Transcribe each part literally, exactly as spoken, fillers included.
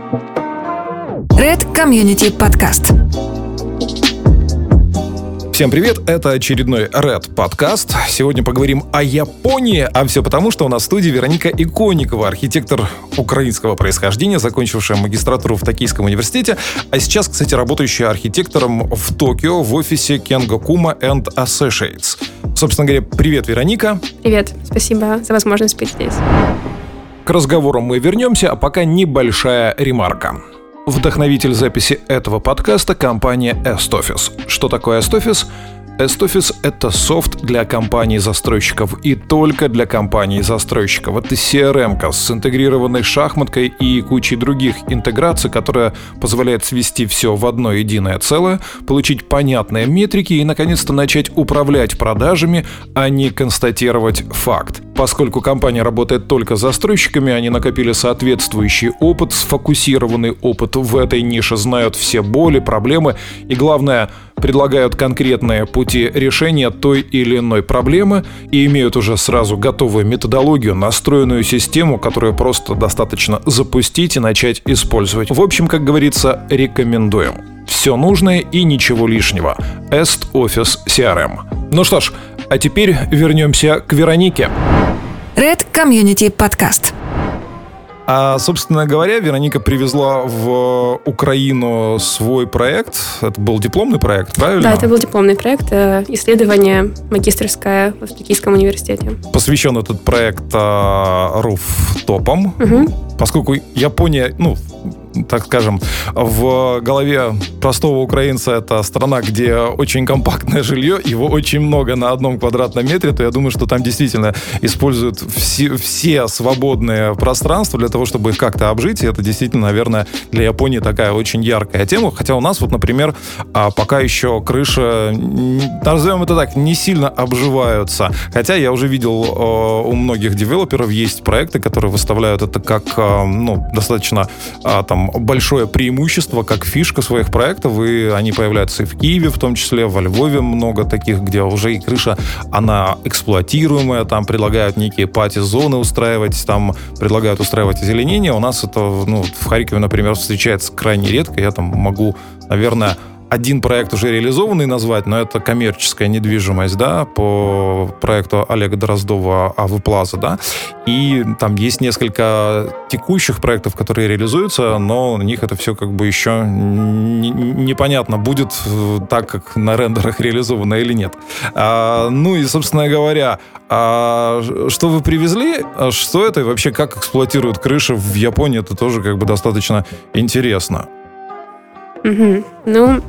Red Community Podcast. Всем привет, это очередной Red подкаст. Сегодня поговорим о Японии, а все потому, что у нас в студии Вероника Иконникова, архитектор украинского происхождения, закончившая магистратуру в Токийском университете, а сейчас, кстати, работающая архитектором в Токио в офисе Кенгокума энд Associates. Собственно говоря, привет, Вероника. Привет, спасибо за возможность быть здесь. К разговору мы вернемся, а пока небольшая ремарка. Вдохновитель записи этого подкаста — компания Estoffice. Что такое Estoffice? Estoffice — это софт для компаний-застройщиков и только для компаний-застройщиков. Это си ар эм-ка с интегрированной шахматкой и кучей других интеграций, которая позволяет свести все в одно единое целое, получить понятные метрики и, наконец-то, начать управлять продажами, а не констатировать факт. Поскольку компания работает только с застройщиками, они накопили соответствующий опыт, сфокусированный опыт в этой нише, знают все боли, проблемы и, главное, предлагают конкретные пути решения той или иной проблемы и имеют уже сразу готовую методологию, настроенную систему, которую просто достаточно запустить и начать использовать. В общем, как говорится, рекомендуем. Все нужное и ничего лишнего. Estoffice си ар эм. Ну что ж, а теперь вернемся к Веронике. Red Community Podcast. А, собственно говоря, Вероника привезла в Украину свой проект. Это был дипломный проект, правильно? Да, это был дипломный проект, исследование магистерское в Токийском университете. Посвящен этот проект а, руфтопам, угу. Поскольку Япония, ну, так скажем, в голове простого украинца это страна, где очень компактное жилье, его очень много на одном квадратном метре, то я думаю, что там действительно используют все, все свободные пространства для того, чтобы их как-то обжить, и это действительно, наверное, для Японии такая очень яркая тема, хотя у нас вот, например, пока еще крыши, назовем это так, не сильно обживаются, хотя я уже видел у многих девелоперов есть проекты, которые выставляют это как, ну, достаточно там большое преимущество, как фишка своих проектов, и они появляются и в Киеве, в том числе, во Львове много таких, где уже и крыша, она эксплуатируемая, там предлагают некие пати-зоны устраивать, там предлагают устраивать озеленение. У нас это, ну, в Харькове, например, встречается крайне редко. Я там могу, наверное, один проект уже реализованный назвать, но это коммерческая недвижимость, да, по проекту Олега Дроздова АВ Плаза, да, и там есть несколько текущих проектов, которые реализуются, но на них это все как бы еще не, непонятно, будет так, как на рендерах реализовано или нет. А, ну и, собственно говоря, а, что вы привезли, что это и вообще как эксплуатируют крыши в Японии, это тоже как бы достаточно интересно. Угу. Ну,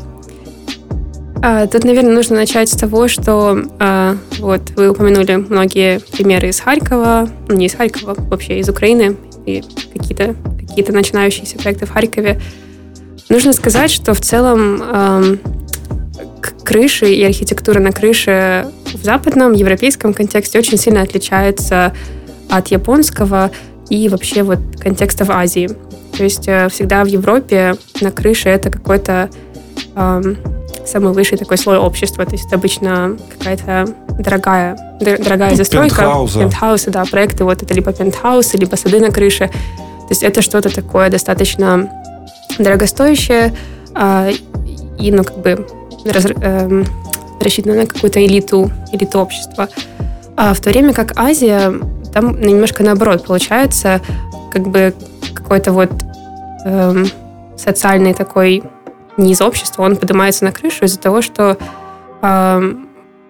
а, тут, наверное, нужно начать с того, что а, вот вы упомянули многие примеры из Харькова, ну, не из Харькова, вообще из Украины, и какие-то, какие-то начинающиеся проекты в Харькове. Нужно сказать, что в целом а, крыши и архитектура на крыше в западном, европейском контексте очень сильно отличается от японского и вообще вот контекста в Азии. То есть всегда в Европе на крыше это какой-то э, самый высший такой слой общества. То есть это обычно какая-то дорогая, дорогая застройка. Пентхаусы. Пентхаусы, да, проекты. Вот это либо пентхаусы, либо сады на крыше. То есть это что-то такое достаточно дорогостоящее э, и, ну, как бы раз, э, рассчитано на какую-то элиту, элиту общества. А в то время как Азия, там немножко наоборот получается, как бы какой-то вот эм, социальный такой низ общества, он поднимается на крышу из-за того, что эм,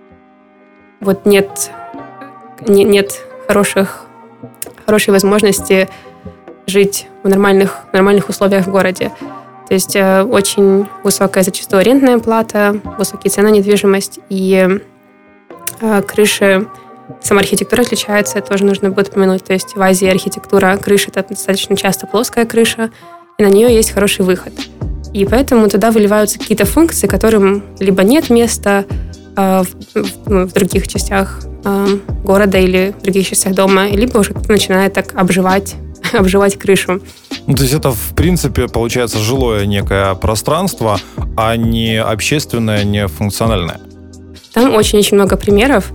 вот нет, не, нет хороших, хорошей возможности жить в нормальных, нормальных условиях в городе. То есть э, очень высокая зачастую арендная плата, высокие цены на недвижимость, и э, крыши. Сама архитектура отличается, это тоже нужно будет упомянуть. То есть в Азии архитектура крыши — это достаточно часто плоская крыша, и на нее есть хороший выход. И поэтому туда выливаются какие-то функции, которым либо нет места э, в, в, в других частях э, города или в других частях дома, либо уже кто-то начинает так обживать, обживать крышу. Ну, то есть это, в принципе, получается жилое некое пространство, а не общественное, не функциональное. Там очень-очень много примеров.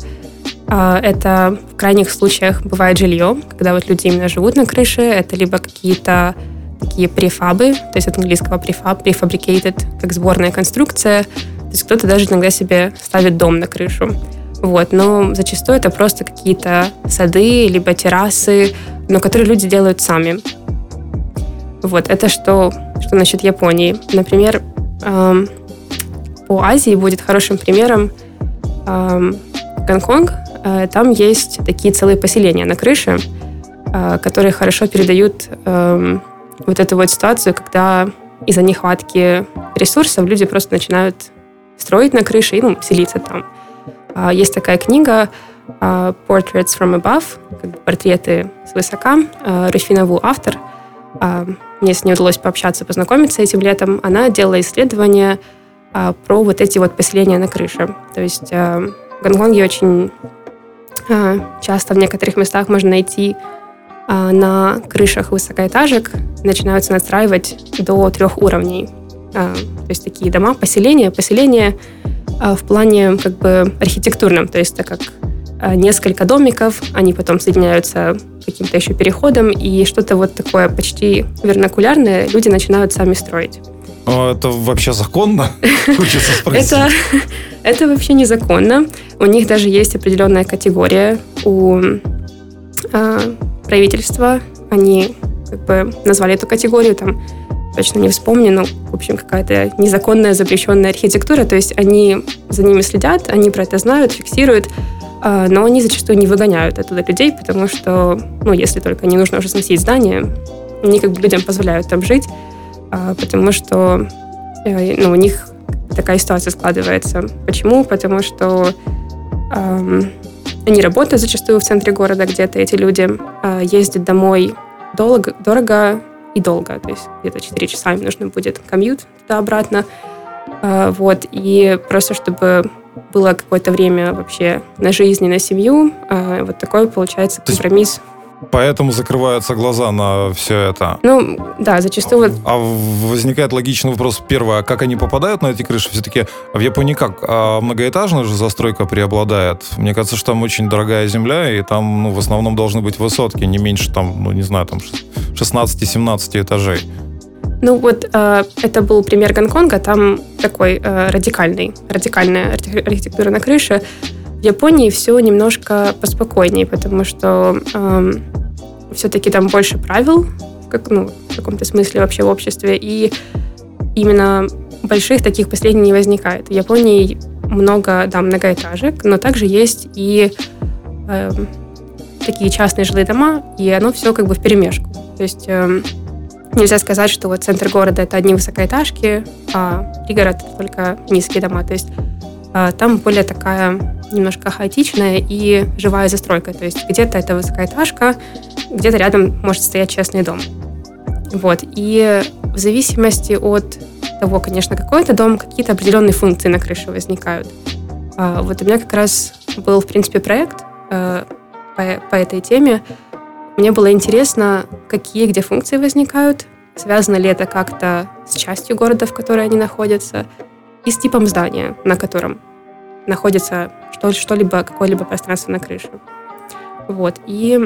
Это в крайних случаях бывает жилье, когда вот люди именно живут на крыше. Это либо какие-то такие префабы, то есть от английского префаб, prefabricated, как сборная конструкция. То есть кто-то даже иногда себе ставит дом на крышу. Вот. Но зачастую это просто какие-то сады, либо террасы, но которые люди делают сами. Вот. Это что, что насчет Японии. Например, эм, по Азии будет хорошим примером эм, Гонконг. Э, там есть такие целые поселения на крыше, э, которые хорошо передают э, вот эту вот ситуацию, когда из-за нехватки ресурсов люди просто начинают строить на крыше и ну, селиться там. Есть такая книга Portraits from Above, как бы портреты свысока. Руфина Ву автор. Мне с ней удалось пообщаться, познакомиться этим летом. Она делала исследования про вот эти вот поселения на крыше. То есть в Гонконге очень часто в некоторых местах можно найти на крышах высокоэтажек, начинаются настраивать до трех уровней. То есть такие дома, поселения, поселения в плане как бы архитектурном, то есть это как несколько домиков, они потом соединяются каким-то еще переходом, и что-то вот такое почти вернакулярное люди начинают сами строить. Это вообще законно? Хочется спросить. Это, это вообще незаконно. У них даже есть определенная категория у э, правительства. Они как бы назвали эту категорию там точно не вспомню, но, в общем, какая-то незаконная запрещенная архитектура, то есть они за ними следят, они про это знают, фиксируют, но они зачастую не выгоняют оттуда людей, потому что, ну, если только не нужно уже сносить здание, они как бы людям позволяют там жить, потому что, ну, у них такая ситуация складывается. Почему? Потому что эм, они работают зачастую в центре города где-то, эти люди э, ездят домой долго, дорого, и долго, то есть где-то четыре часа им нужно будет комьют туда-обратно. Вот, и просто чтобы было какое-то время вообще на жизнь и на семью, вот такой получается компромисс. Поэтому закрываются глаза на все это. Ну, да, зачастую... А возникает логичный вопрос. Первое, а как они попадают на эти крыши? Все-таки в Японии как? А многоэтажная же застройка преобладает. Мне кажется, что там очень дорогая земля, и там ну, в основном должны быть высотки, не меньше, там, ну, не знаю, там шестнадцать-семнадцать этажей. Ну вот э, это был пример Гонконга, там такой э, радикальный, радикальная архитектура на крыше. В Японии все немножко поспокойнее, потому что э, все-таки там больше правил, как, ну, в каком-то смысле вообще в обществе, и именно больших таких поселений не возникает. В Японии много, да, многоэтажек, но также есть и э, такие частные жилые дома, и оно все как бы вперемешку. То есть э, нельзя сказать, что вот центр города — это одни высокоэтажки, а пригород — это только низкие дома. То есть э, там более такая немножко хаотичная и живая застройка. То есть где-то это высокоэтажка, где-то рядом может стоять частный дом. Вот. И в зависимости от того, конечно, какой это дом, какие-то определенные функции на крыше возникают. А, вот у меня как раз был, в принципе, проект э, по, по этой теме. Мне было интересно, какие где функции возникают, связано ли это как-то с частью города, в которой они находятся, и с типом здания, на котором находится что- что-либо, какое-либо пространство на крыше. Вот. И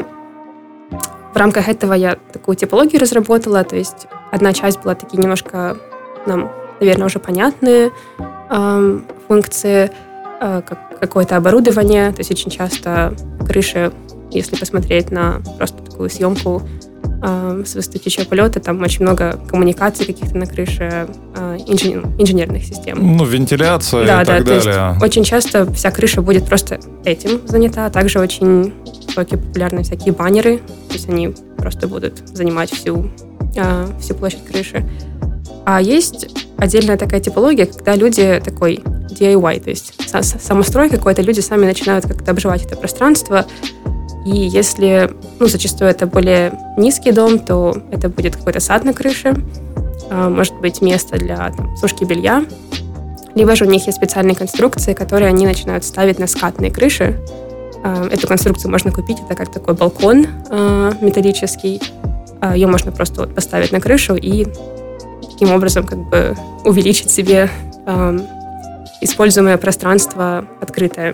в рамках этого я такую типологию разработала, то есть одна часть была такие немножко нам, наверное, уже понятные э, функции, э, как какое-то оборудование, то есть очень часто крыши, если посмотреть на просто такую съемку э, с высоты птичьего полета, там очень много коммуникаций каких-то на крыше, э, инженер, инженерных систем. Ну, вентиляция да, и да, так то далее. Есть очень часто вся крыша будет просто этим занята. Также очень высокие популярны всякие баннеры, то есть они просто будут занимать всю, э, всю площадь крыши. А есть отдельная такая типология, когда люди такой ди ай вай, то есть самострой какой-то, люди сами начинают как-то обживать это пространство. И если, ну, зачастую это более низкий дом, то это будет какой-то сад на крыше, может быть, место для там, сушки белья. Либо же у них есть специальные конструкции, которые они начинают ставить на скатные крыши. Эту конструкцию можно купить, это как такой балкон металлический. Ее можно просто вот поставить на крышу и таким образом как бы увеличить себе э, используемое пространство открытое.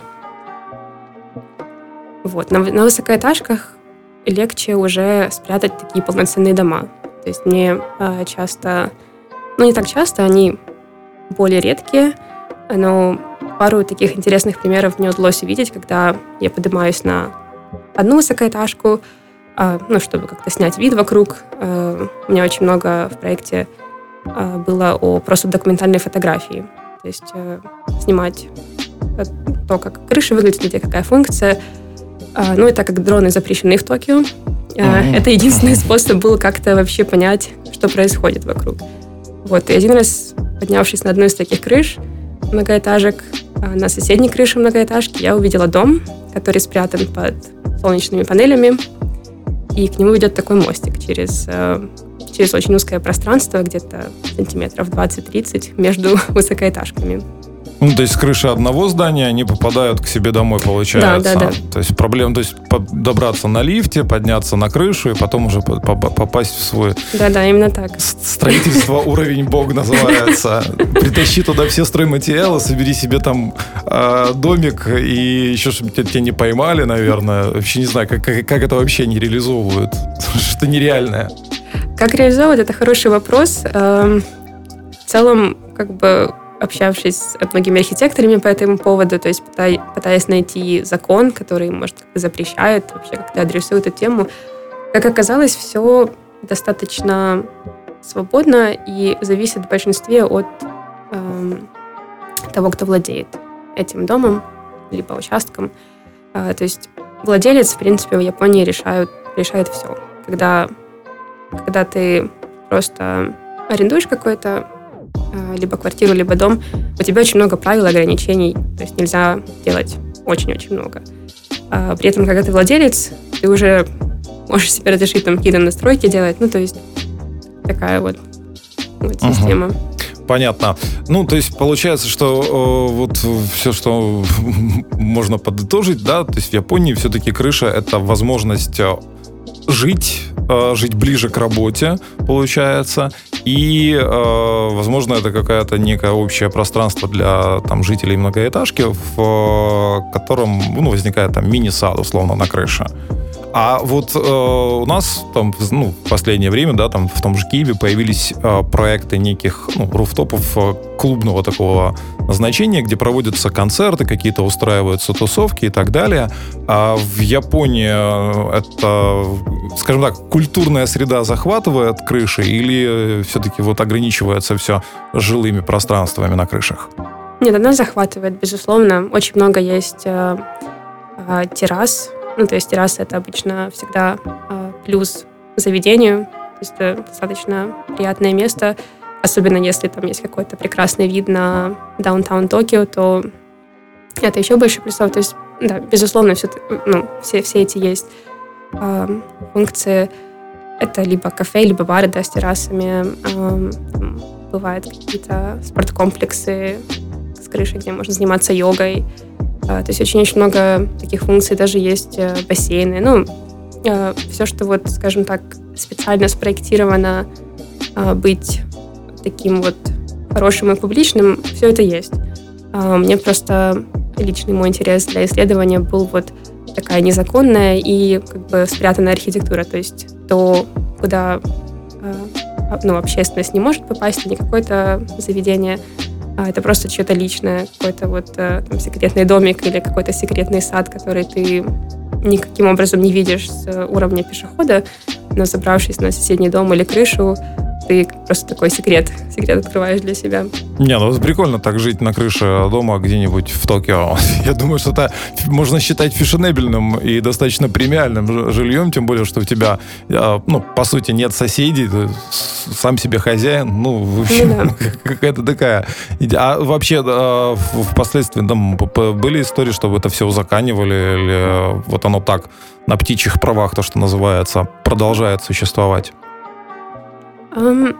Вот. На, на высокоэтажках легче уже спрятать такие полноценные дома. То есть мне э, часто, ну не так часто, они более редкие, но пару таких интересных примеров мне удалось увидеть, когда я поднимаюсь на одну высокоэтажку, э, ну, чтобы как-то снять вид вокруг. Э, у меня очень много в проекте э, было о просто документальной фотографии. То есть э, снимать то, как крыша выглядит, где какая функция. Э, ну, и так как дроны запрещены в Токио, э, mm-hmm. это единственный способ был как-то вообще понять, что происходит вокруг. Вот. И один раз, поднявшись на одну из таких крыш, многоэтажек, э, на соседней крыше многоэтажки, я увидела дом, который спрятан под солнечными панелями, и к нему ведет такой мостик через... Э, через очень узкое пространство, где-то сантиметров двадцать-тридцать между высокоэтажками. Ну, то есть с крыши одного здания они попадают к себе домой, получается. Да, да, да. То есть проблема, то есть добраться на лифте, подняться на крышу и потом уже попасть в свой... Да, да, именно так. Строительство уровень бог называется. Притащи туда все стройматериалы, собери себе там э, домик, и еще, чтобы тебя не поймали, наверное. Вообще не знаю, как, как, как это вообще не реализовывают. Что-то нереальное. Как реализовывать, это хороший вопрос. В целом, как бы общавшись с многими архитекторами по этому поводу, то есть пытаясь найти закон, который, может, запрещает, вообще как-то адресует эту тему, как оказалось, все достаточно свободно и зависит в большинстве от э, того, кто владеет этим домом, либо участком. Э, то есть владелец, в принципе, в Японии решают, решает все. Когда Когда ты просто арендуешь какой-то либо квартиру, либо дом, у тебя очень много правил и ограничений, то есть нельзя делать очень-очень много. А при этом, когда ты владелец, ты уже можешь себе разрешить там какие-то настройки делать, ну, то есть такая вот, вот система. Угу. Понятно. Ну, то есть получается, что э, вот все, что можно подытожить, да, то есть в Японии все-таки крыша — это возможность жить, э, жить ближе к работе, получается, и, э, возможно, это какая-то некое общее пространство для там жителей многоэтажки, в э, котором, ну, возникает там мини-сад, условно, на крыше. А вот э, у нас там, ну, в последнее время, да, там в том же Киеве появились э, проекты неких, ну, руфтопов э, клубного такого назначения, где проводятся концерты, какие-то устраиваются тусовки и так далее. А в Японии это, скажем так, культурная среда захватывает крыши или все-таки вот ограничивается все жилыми пространствами на крышах? Нет, она захватывает, безусловно. Очень много есть э, э, террас. Ну, то есть терраса — это обычно всегда э, плюс заведению. То есть это достаточно приятное место. Особенно если там есть какой-то прекрасный вид на даунтаун Токио, то это еще больше плюсов. То есть, да, безусловно, все, ну, все, все эти есть э, функции. Это либо кафе, либо бары, да, с террасами. Э, там бывают какие-то спорткомплексы с крышей, где можно заниматься йогой. То есть очень-очень много таких функций, даже есть бассейны. Ну, все, что вот, скажем так, специально спроектировано быть таким вот хорошим и публичным, все это есть. Мне просто личный мой интерес для исследования был вот такая незаконная и как бы спрятанная архитектура, то есть то, куда, ну, общественность не может попасть, не какое-то заведение, а это просто что-то личное, какой-то вот там секретный домик или какой-то секретный сад, который ты никаким образом не видишь с уровня пешехода, но забравшись на соседний дом или крышу, ты просто такой секрет, секрет открываешь для себя. Не, ну прикольно так жить на крыше дома где-нибудь в Токио. Я думаю, что это можно считать фешенебельным и достаточно премиальным жильем, тем более, что у тебя, ну, по сути, нет соседей, ты сам себе хозяин, ну, в общем, ну, да. Какая-то такая. А вообще, впоследствии там были истории, чтобы это все узаканивали, или вот оно так, на птичьих правах, то, что называется, продолжает существовать? Um,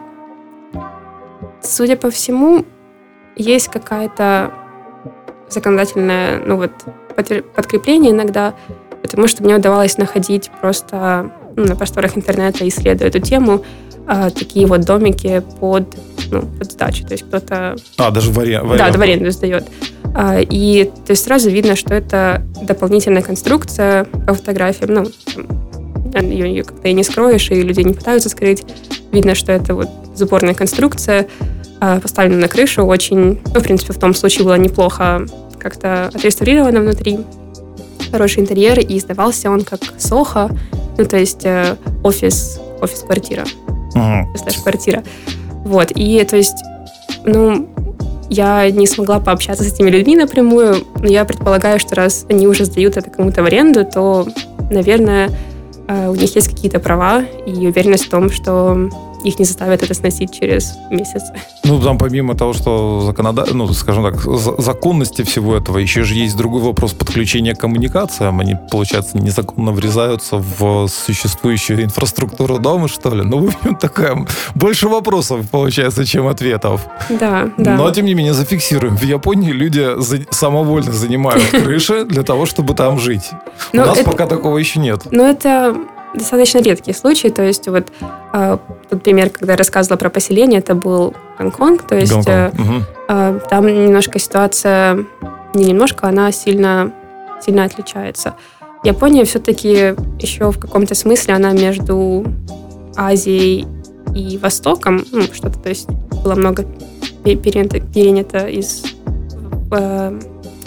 судя по всему, есть какая-то законодательное, ну вот, подкрепление иногда, потому что мне удавалось находить просто, ну, на просторах интернета, исследуя эту тему, э, такие вот домики под, ну, под сдачу. То есть кто-то... А, даже в аренду? Да, в аренду сдает. Э, и то есть сразу видно, что это дополнительная конструкция по фотографиям. Ну, ее, ее как-то и не скроешь, и люди не пытаются скрыть. видно, что это вот сборная конструкция, поставлена на крышу, очень, ну, в принципе, в том случае было неплохо как-то отреставрировано внутри. Хороший интерьер, и сдавался он как сохо, ну, то есть офис, офис-квартира. Uh-huh. Слэш-квартира. Вот, и, то есть, ну, я не смогла пообщаться с этими людьми напрямую, но я предполагаю, что раз они уже сдают это кому-то в аренду, то, наверное, у них есть какие-то права и уверенность в том, что их не заставят это сносить через месяц. Ну, там помимо того, что законодатель, ну, скажем так, законности всего этого, еще же есть другой вопрос подключения к коммуникациям. Они, получается, незаконно врезаются в существующую инфраструктуру дома, что ли? Ну, в общем, такая больше вопросов, получается, чем ответов. Да, да. Но, тем не менее, зафиксируем. В Японии люди самовольно занимают крыши для того, чтобы там жить. У нас пока такого еще нет. Ну, это достаточно редкие случаи. То есть вот э, тот пример, когда я рассказывала про поселение, это был Гонконг. То есть Гонконг. Э, угу. э, там немножко ситуация, не немножко, она сильно, сильно отличается. Япония все-таки еще в каком-то смысле она между Азией и Востоком. Ну, что-то, то есть было много перенято, перенято из э,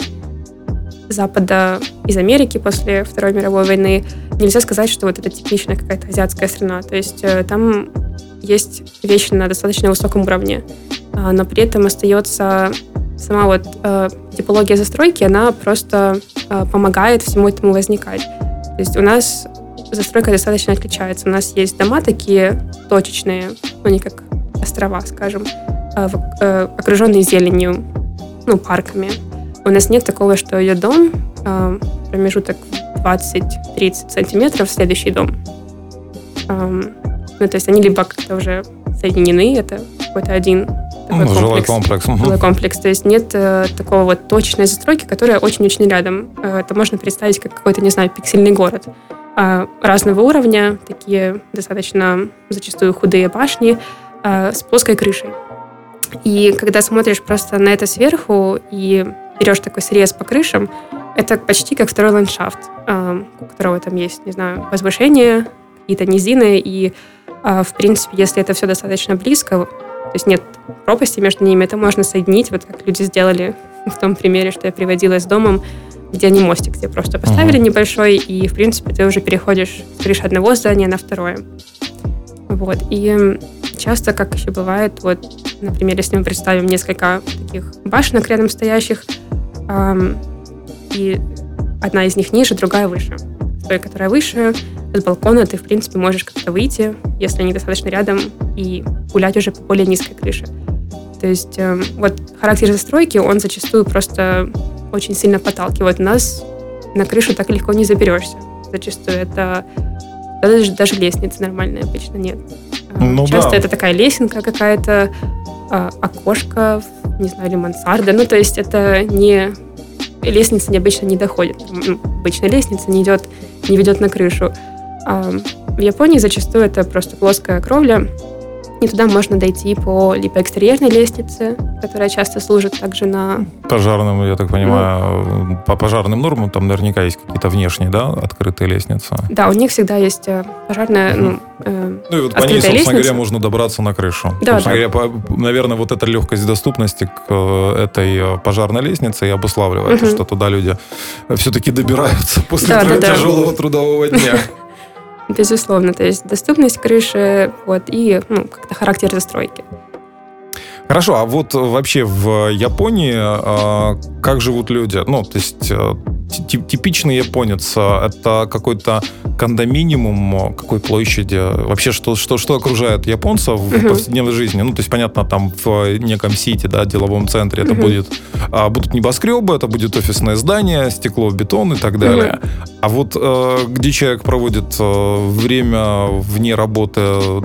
Запада, из Америки после Второй мировой войны. Нельзя сказать, что вот это типичная какая-то азиатская страна. То есть э, там есть вещи на достаточно высоком уровне, э, но при этом остается сама вот э, типология застройки, она просто э, помогает всему этому возникать. То есть у нас застройка достаточно отличается. У нас есть дома такие точечные, ну не как острова, скажем, э, в, э, окруженные зеленью, ну парками. У нас нет такого, что идет дом, э, промежуток двадцать-тридцать сантиметров в следующий дом. Эм, ну, то есть они либо как-то уже соединены, это какой-то один такой ну, комплекс. Жилой комплекс. Жилой комплекс. То есть нет э, такого вот точечной застройки, которая очень-очень рядом. Э, это можно представить как какой-то, не знаю, пиксельный город. Э, разного уровня, такие достаточно зачастую худые башни э, с плоской крышей. И когда смотришь просто на это сверху и берешь такой срез по крышам, это почти как второй ландшафт, у которого там есть, не знаю, возвышения, какие-то низины, и, в принципе, если это все достаточно близко, то есть нет пропасти между ними, это можно соединить, вот как люди сделали в том примере, что я приводила с домом, где они мостик тебе просто поставили uh-huh. небольшой, и, в принципе, ты уже переходишь с крыши одного здания на второе. Вот, и часто, как еще бывает, вот, например, если мы представим несколько таких башенок рядом стоящих, эм, и одна из них ниже, другая выше. Той, которая выше, с балкона ты, в принципе, можешь как-то выйти, если они достаточно рядом, и гулять уже по более низкой крыше. То есть э, вот характер застройки, он зачастую просто очень сильно подталкивает нас. На крышу так легко не заберешься. Зачастую это даже, даже лестницы нормальные обычно нет. Ну, часто да. Это такая лесенка какая-то, э, окошко, не знаю, или мансарда. Ну, то есть это не... Лестница необычно не доходит. Обычно лестница не идет, не ведет на крышу. А в Японии зачастую это просто плоская кровля, и туда можно дойти по либо экстерьерной лестнице, которая часто служит также на... Пожарным, я так понимаю, ну, по пожарным нормам там наверняка есть какие-то внешние, да, открытые лестницы? Да, у них всегда есть пожарная, mm-hmm. ну, э, ну и вот по ней, собственно лестница. говоря, можно добраться на крышу. Да, собственно да. говоря, по, наверное, вот эта легкость доступности к этой пожарной лестнице и обуславливает, mm-hmm. что туда люди все-таки добираются после да, да, тяжелого да. трудового дня. Безусловно, то есть доступность крыши, вот, и ну, как-то характер застройки. Хорошо, а вот вообще в Японии э, как живут люди? Ну, то есть э, типичный японец, это какой-то кондоминиум, какой площади? Вообще, что, что, что окружает японцев в uh-huh. повседневной жизни? Ну, то есть, понятно, там в неком сити, да, деловом центре это uh-huh. будет, а, будут небоскребы, это будет офисное здание, стекло, бетон и так далее. Uh-huh. А вот э, где человек проводит э, время вне работы,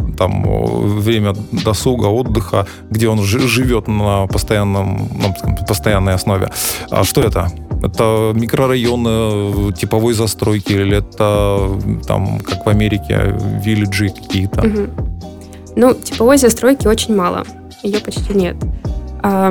там, время досуга, отдыха, где он ж- живет на, постоянном, на постоянной основе. А что это? Это микрорайоны типовой застройки или это там, как в Америке, вилледжи какие-то? Угу. Ну, типовой застройки очень мало. Ее почти нет. А,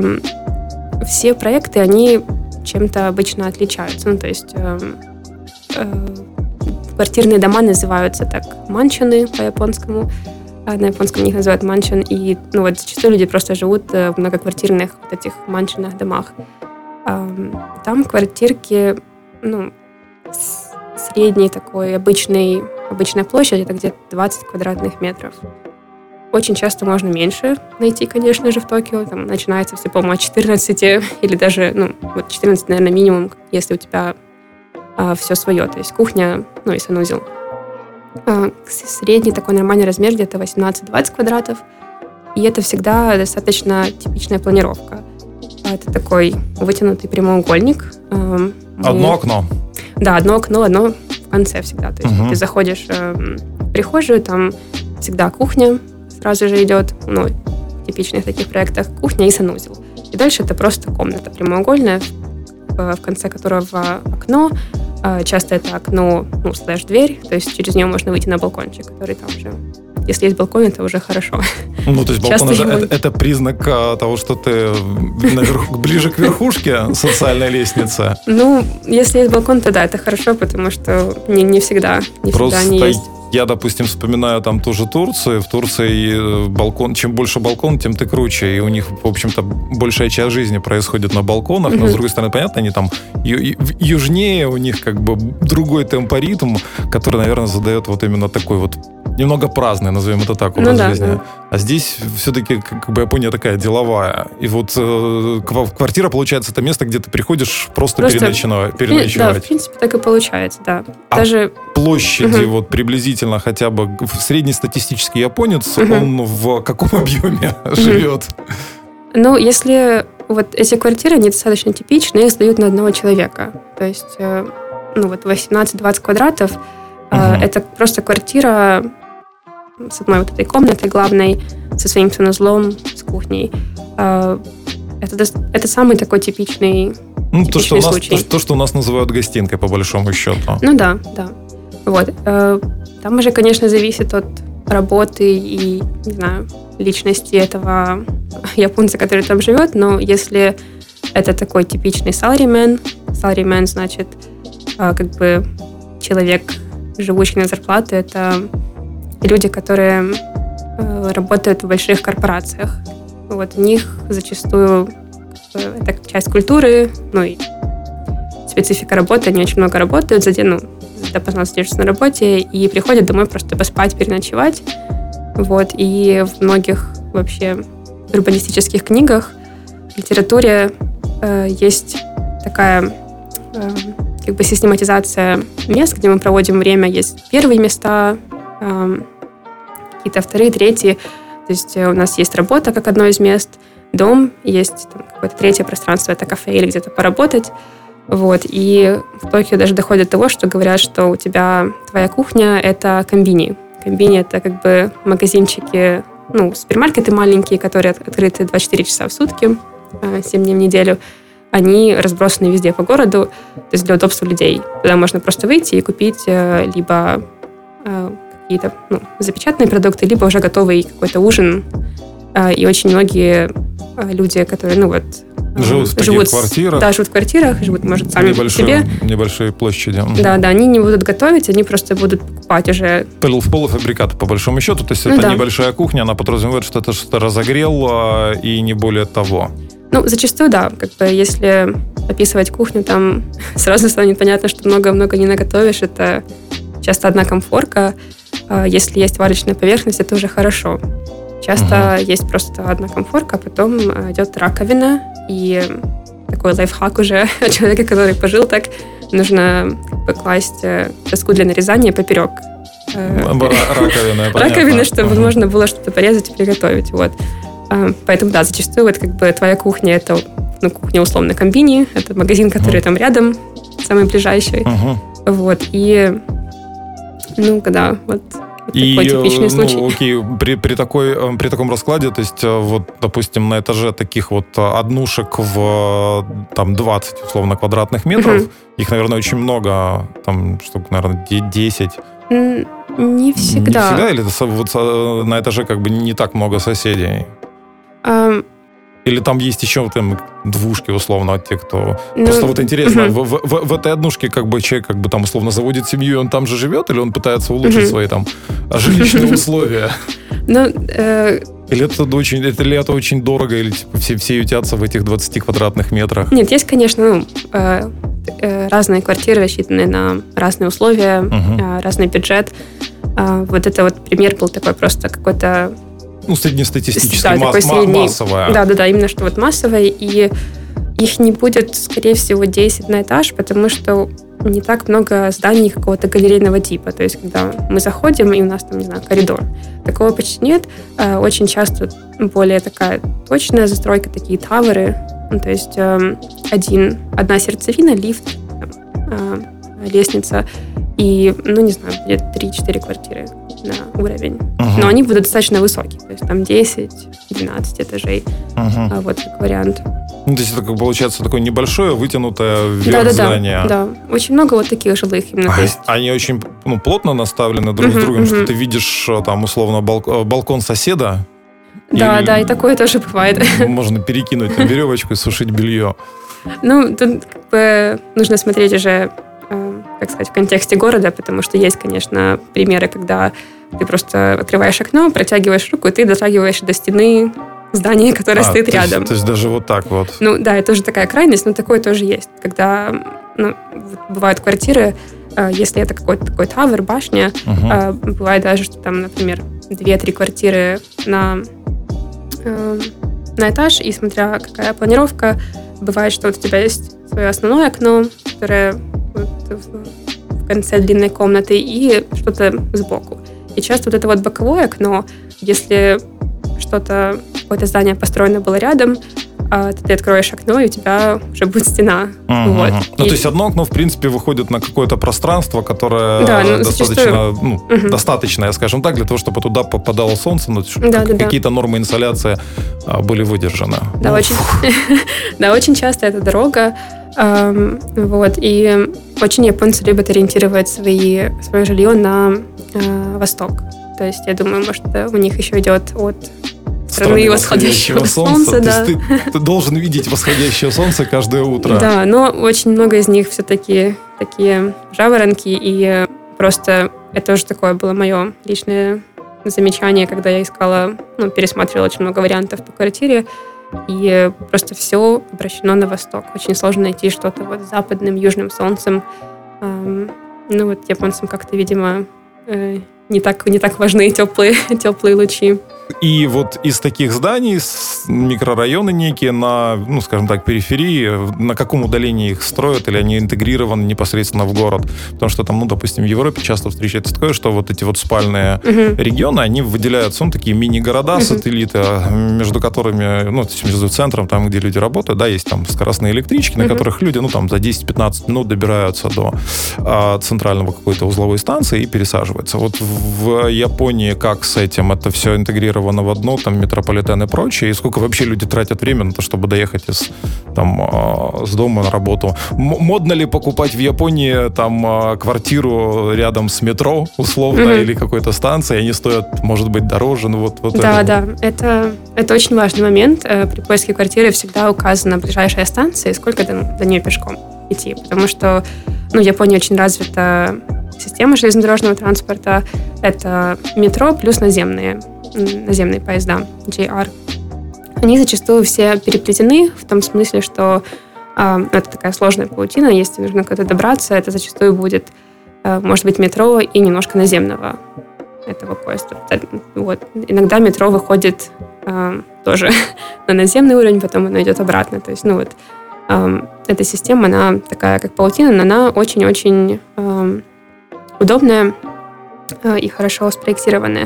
все проекты, они чем-то обычно отличаются. Ну, то есть э, э, квартирные дома называются так манчаны по-японскому. на японском их называют маншин, и ну, вот зачастую люди просто живут в многоквартирных вот этих маншинных домах. Там квартирки, ну, средней такой обычной, обычная площадь, это где-то двадцать квадратных метров. Очень часто можно меньше найти, конечно же, в Токио. Там начинается все, по-моему, от четырнадцати, или даже, ну, вот четырнадцать, наверное, минимум, если у тебя а, все свое, то есть кухня, ну, и санузел. А, средний такой нормальный размер где-то восемнадцать-двадцать квадратов, и это всегда достаточно типичная планировка. Это такой вытянутый прямоугольник. Мы... Одно окно. Да, одно окно, одно в конце всегда. То есть угу. ты заходишь э, в прихожую, там всегда кухня сразу же идет, ну, в типичных таких проектах, кухня и санузел. И дальше это просто комната прямоугольная, в, в конце которого окно. Э, часто это окно, ну, слэш-дверь, то есть через нее можно выйти на балкончик, который там же. Если есть балкон, это уже хорошо. Ну, то есть балкон это, это, это признак того, что ты наверх, ближе к верхушке социальной лестницы. Ну, если есть балкон, то да, это хорошо, потому что не, не всегда, не Просто всегда они есть. Я, допустим, вспоминаю там ту же Турцию. В Турции балкон, чем больше балкон, тем ты круче. И у них, в общем-то, большая часть жизни происходит на балконах. Mm-hmm. Но, с другой стороны, понятно, они там ю- южнее, у них как бы другой темпоритм, который, наверное, задает вот именно такой вот немного праздный, назовем это так, образ ну, жизни. Да, да. А здесь все-таки как бы Япония такая деловая. И вот э, квартира, получается, это место, где ты приходишь просто, просто переночевать. Да, в принципе, так и получается, да. А Даже... площади, угу. вот приблизительно хотя бы среднестатистический японец, угу. он в каком объеме угу. живет? Ну, если вот эти квартиры, они достаточно типичные, их сдают на одного человека. То есть, э, ну вот восемнадцать-двадцать квадратов, э, угу. это просто квартира с одной вот этой комнатой главной, со своим санузлом, с кухней. Это, это самый такой типичный, ну, типичный то, что у нас, случай. То, то, что у нас называют гостинкой, по большому счету. Ну да, да. Вот. Там уже, конечно, зависит от работы и, не знаю, личности этого японца, который там живет, но если это такой типичный salaryman, salaryman, значит, как бы человек, живущий на зарплату, это люди, которые э, работают в больших корпорациях. Вот, у них зачастую э, это часть культуры, ну и специфика работы. Они очень много работают, за день, ну, допоздна сидишься на работе и приходят домой просто поспать, переночевать. Вот, и в многих вообще урбанистических книгах, литературе э, есть такая э, как бы систематизация мест, где мы проводим время. Есть первые места, э, какие-то вторые, третьи. То есть у нас есть работа как одно из мест, дом, есть там, какое-то третье пространство, это кафе или где-то поработать. Вот. И в Токио даже доходит до того, что говорят, что у тебя твоя кухня – это комбини. Комбини – это как бы магазинчики, ну, супермаркеты маленькие, которые открыты двадцать четыре часа в сутки, семь дней в неделю. Они разбросаны везде по городу, то есть для удобства людей. Туда можно просто выйти и купить либо какие-то, ну, запечатанные продукты, либо уже готовый какой-то ужин. И очень многие люди, которые, ну вот... Живут в живут, таких квартирах. Да, живут в квартирах, живут, может, сами небольшой, по себе. Небольшие площади. Да, да, они не будут готовить, они просто будут покупать уже... В полуфабрикаты, по большому счету. То есть ну, это да. небольшая кухня, она подразумевает, что это что-то разогрел, и не более того. Ну, зачастую, да. Как бы, если описывать кухню, там сразу станет понятно, что много-много не наготовишь. Это часто одна комфорка. Если есть варочная поверхность, это уже хорошо. Часто угу. есть просто одна комфорка, а потом идет раковина. И такой лайфхак уже человека, который пожил так, нужно как бы класть доску для нарезания поперек. Раковина, Раковина, чтобы угу. можно было что-то порезать и приготовить. Вот. Поэтому, да, зачастую вот как бы твоя кухня, это, ну, кухня условно комбини, это магазин, который угу. там рядом, самый ближайший. Угу. Вот. И, ну, когда вот... Вот и, такой типичный случай. Ну, окей, при, при, такой, при таком раскладе, то есть, вот, допустим, на этаже таких вот однушек в там, двадцать, условно, квадратных метров, угу. их, наверное, очень много, там, штук, наверное, десять. Не всегда. Не всегда? Или вот, на этаже как бы не так много соседей? Um... Или там есть еще там двушки, условно, от тех, кто... Ну, Просто вот интересно, uh-huh. в, в, в этой однушке как бы человек как бы там условно заводит семью, и он там же живет, или он пытается улучшить uh-huh. свои там жилищные условия? Ну, э, Или это очень, это, или это очень дорого, или типа, все, все ютятся в этих двадцати квадратных метрах? Нет, есть, конечно, ну, э, э, разные квартиры, рассчитанные на разные условия, Угу. э, разный бюджет. Э, вот это вот пример был такой просто какой-то... Ну, среднестатистический, Да, масс- такой средний. массовая. Да-да-да, именно что вот массовый. И их не будет, скорее всего, десять на этаж, потому что не так много зданий какого-то галерейного типа. То есть, когда мы заходим, и у нас там, не знаю, коридор. Такого почти нет. Э, Очень часто более такая точная застройка, такие таверы. Ну, то есть, эм, один, одна сердцевина, лифт, там, э, лестница. И, ну, не знаю, будет три-четыре квартиры на уровень. Мгм. Но они будут достаточно высокие. То есть, там десять-двенадцать этажей. Мгм. А, Вот как вариант. Ну, то есть это как получается такое небольшое, вытянутое вверх Да-да-да. здание. Да. Очень много вот таких жилых именно. А То есть, Они очень ну, плотно наставлены друг с Мгм, другом, что мгм. ты видишь там условно бал- балкон соседа. да, и да, и такое тоже бывает. Можно перекинуть на веревочку и сушить белье. Ну, тут как бы нужно смотреть уже, э, как сказать, в контексте города, потому что есть, конечно, примеры, когда ты просто открываешь окно, протягиваешь руку, и ты дотрагиваешь до стены здания, которое А, стоит то есть- рядом. То есть даже вот так вот. Ну да, это уже такая крайность, но такое тоже есть. Когда ну, вот бывают квартиры, э, если это какой-то такой тавер, башня, Мгм. э, бывает даже, что там, например, две-три квартиры на, э, на этаж, и смотря какая планировка, бывает, что вот у тебя есть свое основное окно, которое вот в- в конце длинной комнаты, и что-то сбоку. И часто вот это вот боковое окно, если что-то, какое-то здание построено было рядом, а ты откроешь окно, и у тебя уже будет стена. Мгм. Вот. Ну, И- то есть одно окно, в принципе, выходит на какое-то пространство, которое Да, ну, достаточно, ну, Мгм. достаточное, скажем так, для того, чтобы туда попадало солнце, ну, чтобы Да, как- да, да. какие-то нормы инсоляции а, были выдержаны. Да, Ну, очень, да, очень часто это дорога. Эм, вот, и очень японцы любят ориентировать свои, свое жилье на э, восток. То есть, я думаю, может, э, у них еще идет от страны восходящего солнца. То Да. есть ты, ты должен видеть восходящее солнце каждое утро. Да, но очень много из них все-таки такие жаворонки, и э, просто это уже такое было мое личное замечание, когда я искала, ну, пересматривала очень много вариантов по квартире, и э, просто все обращено на восток. Очень сложно найти что-то вот с западным, южным солнцем. Эм, Ну вот японцам как-то, видимо, э, не так, не так важны теплые, теплые лучи. И вот из таких зданий, с- микрорайоны некие на, ну, скажем так, периферии, на каком удалении их строят, или они интегрированы непосредственно в город? Потому что там, ну, допустим, в Европе часто встречается такое, что вот эти вот спальные Мгм. регионы, они выделяются, ну, такие мини-города, Мгм. сателлиты, между которыми, ну, то есть между центром, там, где люди работают, да, есть там скоростные электрички, на Мгм. которых люди, ну, там, за десять-пятнадцать минут добираются до а, центрального какой-то узловой станции и пересаживаются. Вот в Японии как с этим? Это все интегрировано в одно, там, метрополитен и прочее? И сколько вообще люди тратят время на то, чтобы доехать из, там, а, с дома на работу? М- модно ли покупать в Японии, там, а, квартиру рядом с метро, условно, Мгм. или какой-то станции? Они стоят, может быть, дороже, ну, вот, вот Да, это. да, это, это очень важный момент. Э, При поиске квартиры всегда указана ближайшая станция и сколько до, до нее пешком идти. Потому что ну, в Японии очень развита система железнодорожного транспорта. Это метро плюс наземные, м, наземные поезда, джей ар. Они зачастую все переплетены в том смысле, что э, ну, это такая сложная паутина. Если нужно куда-то добраться, это зачастую будет, э, может быть, метро и немножко наземного этого поезда. Вот. Иногда метро выходит э, тоже на наземный уровень, потом оно идет обратно. То есть, ну вот, э, эта система, она такая, как паутина, но она очень-очень э, удобная э, и хорошо спроектированная.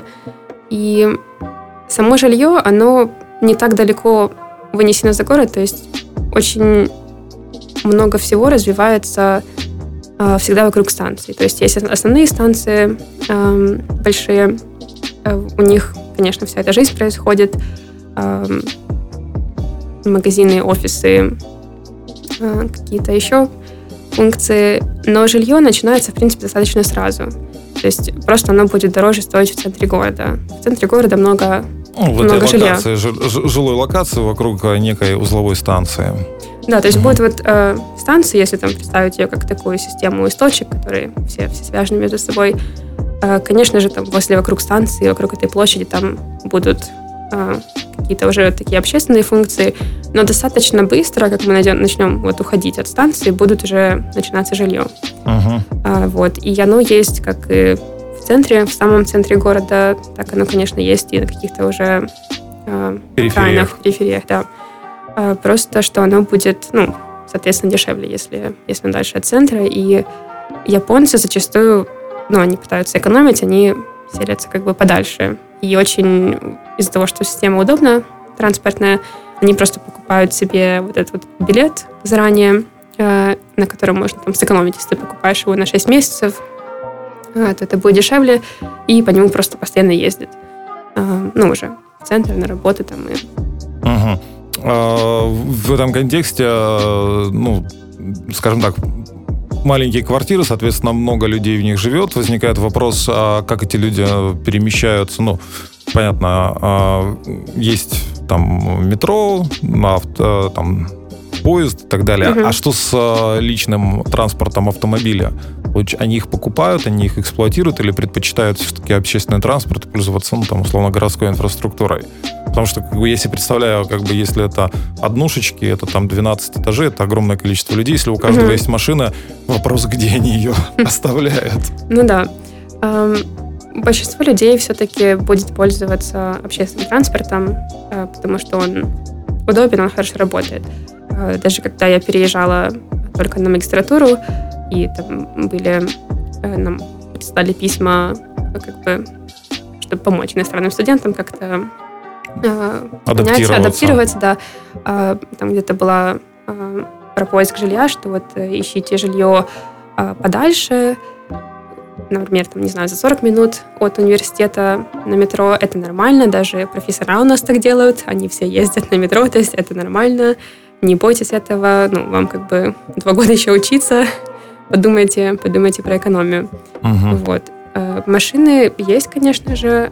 И само жилье, оно не так далеко вынесено за город, то есть очень много всего развивается э, всегда вокруг станций. То есть есть основные станции э, большие, э, у них, конечно, вся эта жизнь происходит, э, магазины, офисы, э, какие-то еще функции, но жилье начинается, в принципе, достаточно сразу. То есть просто оно будет дороже стоить в центре города. В центре города много, Ну, в много этой жилья. локации, жи- жи- жилой локации вокруг некой узловой станции. Да, то есть Мгм. будет вот э, станция, если там представить ее как такую систему из точек, которые все, все связаны между собой, Конечно же, там после вокруг станции, вокруг этой площади там будут какие-то уже такие общественные функции, но достаточно быстро, как мы найдем, начнем вот уходить от станции, будут уже начинаться жилье. Uh-huh. Вот. И оно есть как и в центре, в самом центре города, так оно, конечно, есть и на каких-то уже перифериях. перифериях, да. Просто что оно будет, ну, соответственно, дешевле, если, если дальше от центра. И японцы зачастую, ну, они пытаются экономить, они селятся как бы подальше. И очень из-за того, что система удобна, транспортная, они просто покупают себе вот этот вот билет заранее, э, на котором можно там сэкономить. Если ты покупаешь его на шесть месяцев, э, то это будет дешевле, и по нему просто постоянно ездят. Э, ну, уже в центр, на работу там. И... Угу. А, в этом контексте, ну, скажем так, маленькие квартиры, соответственно, много людей в них живет. Возникает вопрос, а как эти люди перемещаются? Ну, понятно, есть там метро, авто, там, поезд и так далее. Uh-huh. А что с личным транспортом автомобиля? Они их покупают, они их эксплуатируют или предпочитают все-таки общественный транспорт и пользоваться, ну, там, условно, городской инфраструктурой? Потому что, как бы, если представляю, как бы, если это однушечки, это там двенадцать этажей, это огромное количество людей. Если у каждого uh-huh. есть машина, вопрос, где они ее оставляют. Ну да. Большинство людей все-таки будет пользоваться общественным транспортом, потому что он удобен, он хорошо работает. Даже когда я переезжала только на магистратуру, и там были, нам прислали письма, как бы, чтобы помочь иностранным студентам как-то адаптироваться. адаптироваться, да. Там где-то была про поиск жилья, что вот ищите жилье подальше, например, там, не знаю, за сорок минут от университета на метро. Это нормально, даже профессора у нас так делают, они все ездят на метро, то есть это нормально. Не бойтесь этого, ну, вам как бы два года еще учиться, подумайте, подумайте про экономию. Uh-huh. Вот. Машины есть, конечно же,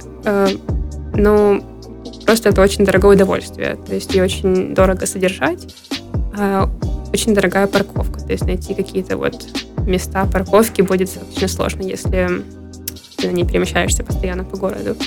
но просто это очень дорогое удовольствие, то есть ее очень дорого содержать, очень дорогая парковка, то есть найти какие-то вот места парковки будет достаточно сложно, если ты на ней перемещаешься постоянно по городу.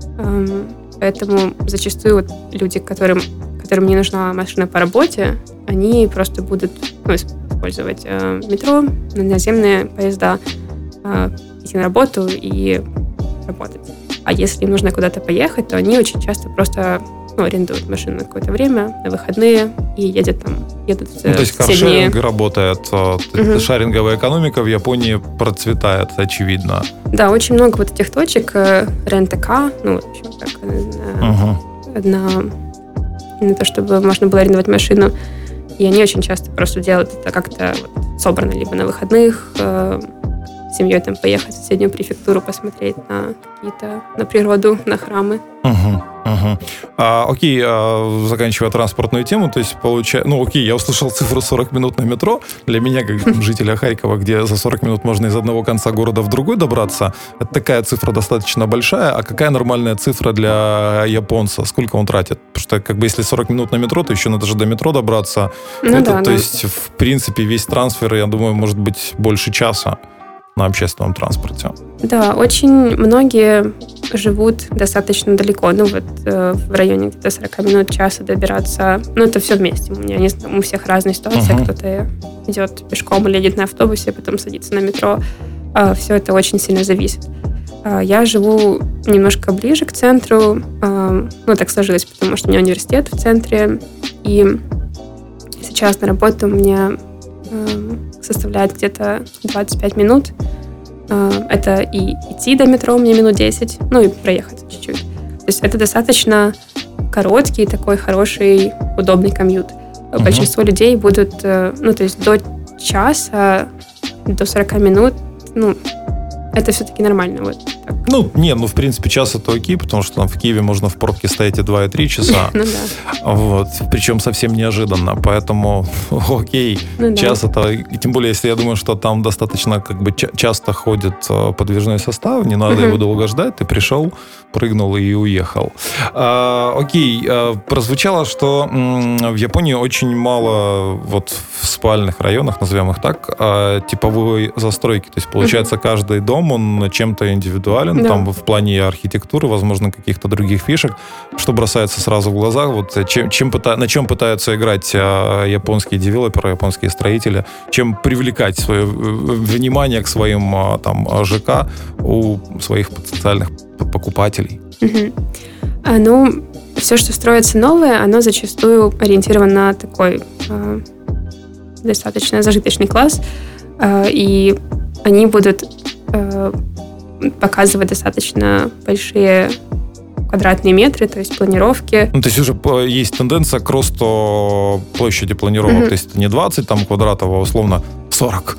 Поэтому зачастую вот люди, которым, которым не нужна машина по работе, они просто будут, ну, использовать э, метро, наземные поезда, э, идти на работу и работать. А если им нужно куда-то поехать, то они очень часто просто, ну, арендуют машину на какое-то время, на выходные, и едут там, едут в ну, то есть каршеринг работает, uh-huh. шаринговая экономика в Японии процветает, очевидно. Да, очень много вот этих точек, рент-а-ка, ну, в общем, так, uh-huh. на, на то, чтобы можно было арендовать машину, и они очень часто просто делают это как-то вот собрано, либо на выходных, э, с семьей там поехать в соседнюю префектуру, посмотреть на какие-то, на природу, на храмы. Угу, угу. А, окей, а, заканчивая транспортную тему, то есть получается, ну окей, я услышал цифру сорок минут на метро. Для меня, как жителя Харькова, где за сорок минут можно из одного конца города в другой добраться, это такая цифра достаточно большая. А какая нормальная цифра для японца? Сколько он тратит? Потому что, как бы, если сорок минут на метро, то еще надо же до метро добраться. Ну, это, да, то да. есть, в принципе, весь трансфер, я думаю, может быть больше часа на общественном транспорте. Да, очень многие живут достаточно далеко. Ну, вот э, в районе где-то сорок минут, часа добираться. Ну, это все вместе. У меня не знаю, у всех разные ситуации. Uh-huh. Кто-то идет пешком или едет на автобусе, потом садится на метро. Э, все это очень сильно зависит. Э, я живу немножко ближе к центру. Э, ну, так сложилось, потому что у меня университет в центре. И сейчас на работу у меня э, составляет где-то двадцать пять минут. Это и идти до метро мне минут десять, ну и проехать чуть-чуть. То есть это достаточно короткий, такой хороший, удобный комьют. Uh-huh. Большинство людей будут, ну то есть до часа, до сорок минут, ну это все-таки нормально. Вот так. Ну, не, ну, в принципе, час это окей, потому что там в Киеве можно в пробке стоять и два, и три часа. Ну да. Вот. Причем совсем неожиданно, поэтому окей, Ну да. час это... и Тем более, если я думаю, что там достаточно как бы ча- часто ходит э, подвижной состав, не надо Мгм. его долго ждать, ты пришел, прыгнул и уехал. А, окей, а, прозвучало, что м, в Японии очень мало вот в спальных районах, назовем их так, а, типовой застройки. То есть, получается, каждый дом, он чем-то индивидуален, Да. там в плане архитектуры, возможно, каких-то других фишек. Что бросается сразу в глаза, вот чем, чем пыта- на чем пытаются играть а, японские девелоперы, японские строители, чем привлекать свое э, внимание к своим а, там ЖК у своих потенциальных п- покупателей. Мгм. А, ну, все, что строится новое, оно зачастую ориентировано на такой э, достаточно зажиточный класс, э, и они будут э, показывать достаточно большие квадратные метры, то есть планировки. Ну, то есть уже по- есть тенденция к росту площади планировок. Мгм. То есть не двадцать там, квадратов, а условно сорок.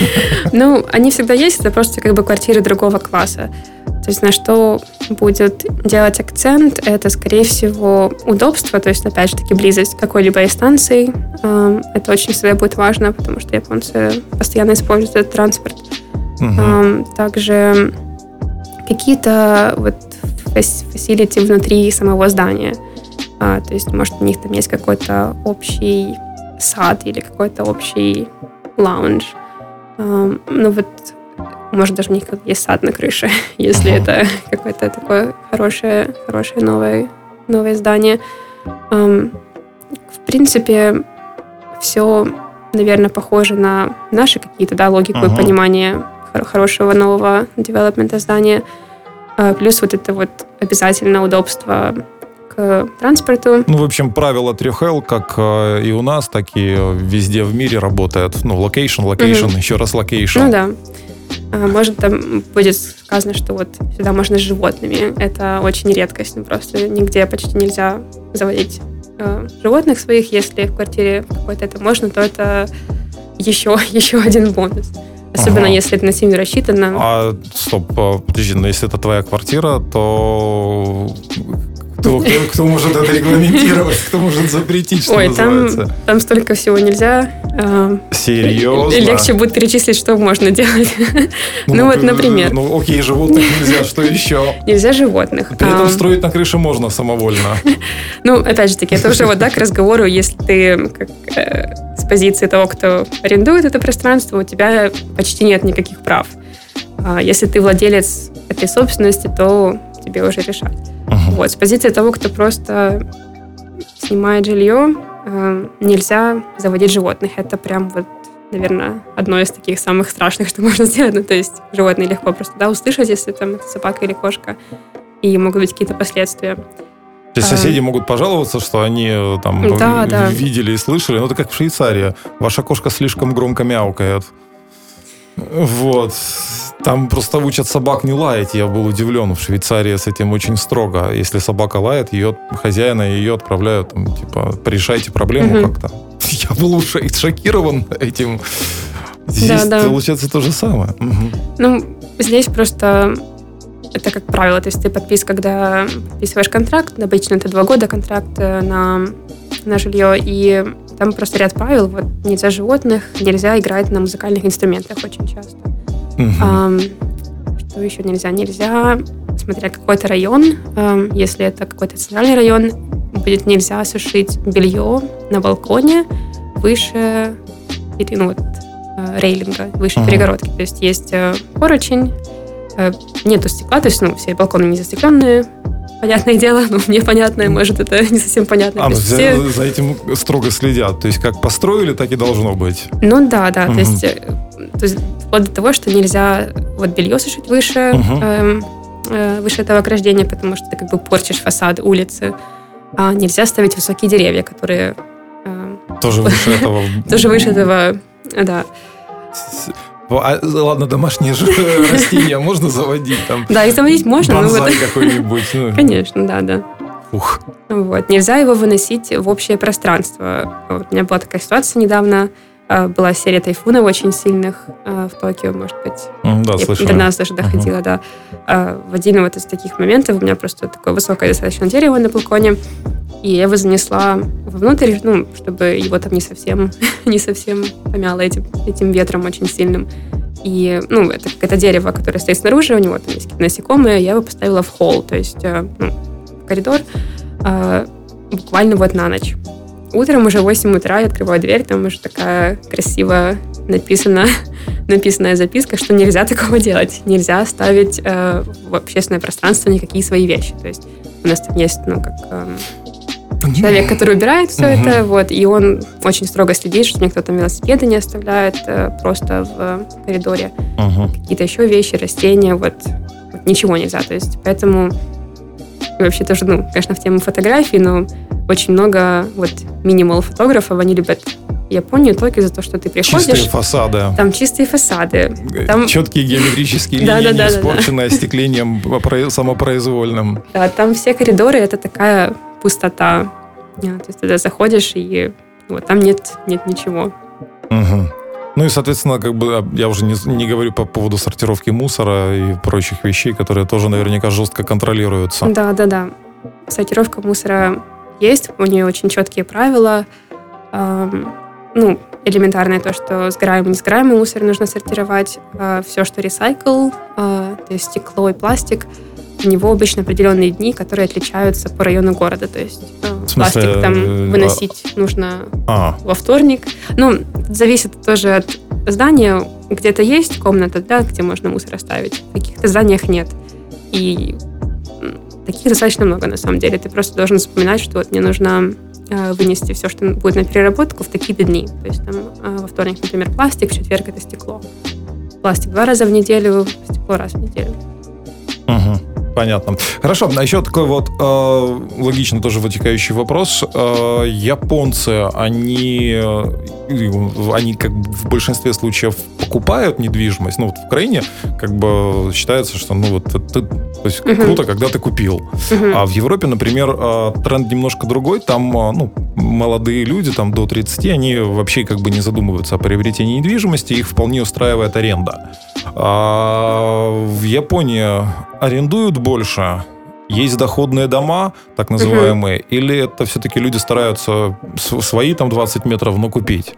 Ну, они всегда есть, это просто как бы квартиры другого класса. То есть на что будет делать акцент, это, скорее всего, удобство, то есть, опять же таки, близость к какой-либо из станций. Эм, Это очень всегда будет важно, потому что японцы постоянно используют этот транспорт. Мгм. Эм, Также какие-то вот фасилити внутри самого здания. А, То есть, может, у них там есть какой-то общий сад или какой-то общий лаунж. Эм, Ну вот, может, даже у них есть сад на крыше, если Ага. это какое-то такое хорошее, хорошее новое, новое здание. Эм, В принципе, все, наверное, похоже на наши какие-то, да, логику Ага. и понимание хор- хорошего нового девелопмента здания. А, Плюс вот это вот обязательно удобство к транспорту. Ну, в общем, правило трех Л, как э, и у нас, так и везде в мире работает. Ну, локейшн, локейшн, Мгм. еще раз локейшн. Ну да. А, Может, там будет сказано, что вот сюда можно с животными. Это очень редкость. Ну, просто нигде почти нельзя заводить э, животных своих. Если в квартире какой-то это можно, то это еще, еще один бонус. Особенно, Ага. если это на семью рассчитано. А, стоп, а, подожди, но если это твоя квартира, то кто, кто, кто может это регламентировать, кто может запретить, что Ой, там, называется? там столько всего нельзя. э, Серьезно? Легче будет перечислить, что можно делать. Ну вот, например. Ну, окей, животных нельзя, что еще? Нельзя животных. При этом А, строить на крыше можно самовольно. Ну, опять же таки, это уже вот, да, к разговору, если ты как, э, с позиции того, кто арендует это пространство, у тебя почти нет никаких прав. А если ты владелец этой собственности, то тебе уже решать. Мгм. Вот, с позиции того, кто просто снимает жилье, э, нельзя заводить животных. Это прям вот, наверное, одно из таких самых страшных, что можно сделать. Ну, то есть животные легко просто, да, услышать, если там это собака или кошка, и могут быть какие-то последствия. То есть соседи могут пожаловаться, что они э, там Да, в- да. видели и слышали. Ну, это как в Швейцарии. Ваша кошка слишком громко мяукает. Вот. Там просто учат собак не лаять. Я был удивлен. В Швейцарии с этим очень строго. Если собака лает, ее хозяина ее отправляют, там, типа, порешайте проблему Мгм. как-то. Я был уже шокирован этим. Здесь, Да, да. получается, то же самое. Мгм. Ну, здесь просто это как правило, то есть ты подпис, когда подписываешь контракт, обычно это два года контракт э, на, на жилье, и там просто ряд правил, вот нельзя животных, нельзя играть на музыкальных инструментах очень часто. Мгм. Ам, что еще нельзя? Нельзя, смотря какой-то район, ам, если это какой-то центральный район, будет нельзя сушить белье на балконе выше пере- ну, вот, э, рейлинга, выше Ага. перегородки. То есть есть э, поручень, э, нету стекла, то есть ну, все балконы не застекленные, понятное дело, но мне понятное, может, это не совсем понятно. А, То ну, есть за, все- за этим строго следят. То есть как построили, так и должно быть. Ну да, да, Мгм. то есть, э, то есть вплоть до того, что нельзя вот белье сушить выше, Мгм. эм, э, выше этого ограждения, потому что ты как бы порчишь фасад улицы. А нельзя ставить высокие деревья, которые э, Тоже выше этого. тоже выше этого, э, да. С- А, ладно, домашние же растения можно заводить там. Да, их заводить можно, но вот, Бонсай какой-нибудь. ну, конечно, да, да. Ух. Вот. Нельзя его выносить в общее пространство. Вот у меня была такая ситуация недавно. была серия тайфунов очень сильных в Токио, может быть. Да, слышала. До нас даже доходило, uh-huh. да. В один вот из таких моментов у меня просто такое высокое достаточно дерево на балконе, и я его занесла вовнутрь, ну, чтобы его там не совсем, не совсем помяло этим, этим ветром очень сильным. И, ну, это это дерево, которое стоит снаружи, у него там есть какие-то насекомые, я его поставила в холл, то есть, ну, в коридор, буквально вот на ночь. Утром уже в восемь утра я открываю дверь, там уже такая красиво написана, написанная записка, что нельзя такого делать. Нельзя ставить э, в общественное пространство никакие свои вещи. То есть у нас там есть, ну, как э, человек, который убирает все uh-huh. это, вот, и он очень строго следит, что никто там велосипеды не оставляет э, просто в коридоре. Uh-huh. Какие-то еще вещи, растения, вот, вот ничего нельзя. То есть поэтому и вообще тоже, ну, конечно, в тему фотографий, но очень много вот минимал-фотографов, они любят Японию только за то, что ты приходишь... Чистые фасады. Там чистые фасады. Там... Четкие геометрические линии, не испорченные остеклением самопроизвольным. Да, там все коридоры, это такая пустота. То есть ты туда заходишь, и вот там нет, нет ничего. Угу. Ну и, соответственно, как бы я уже не, не говорю по поводу сортировки мусора и прочих вещей, которые тоже наверняка жестко контролируются. Да, да, да. Сортировка мусора есть, у нее очень четкие правила. Эм, ну, элементарное то, что сгораемый и несгораемый мусор нужно сортировать. Э, все, что ресайкл, э, то есть стекло и пластик, у него обычно определенные дни, которые отличаются по району города. То есть э, смысле, пластик там выносить а... нужно а. во вторник. Ну, зависит тоже от здания. Где-то есть комната, да, где можно мусор оставить. В каких-то зданиях нет. И таких достаточно много, на самом деле. Ты просто должен вспоминать, что вот мне нужно э, вынести все, что будет на переработку в такие-то дни. То есть там э, во вторник, например, пластик, в четверг это стекло. Пластик два раза в неделю, стекло раз в неделю. Угу. Понятно. Хорошо, а еще такой вот э, логично тоже вытекающий вопрос. Э, японцы, они, э, они как бы в большинстве случаев покупают недвижимость. Ну вот в Украине как бы считается, что ну вот это, то есть uh-huh. круто, когда ты купил. Uh-huh. А в Европе, например, э, тренд немножко другой. Там э, ну, молодые люди, там до тридцати, они вообще как бы не задумываются о приобретении недвижимости, их вполне устраивает аренда. А в Японии арендуют больше? Есть доходные дома, так называемые, uh-huh. или это все-таки люди стараются свои там двадцать метров, но купить?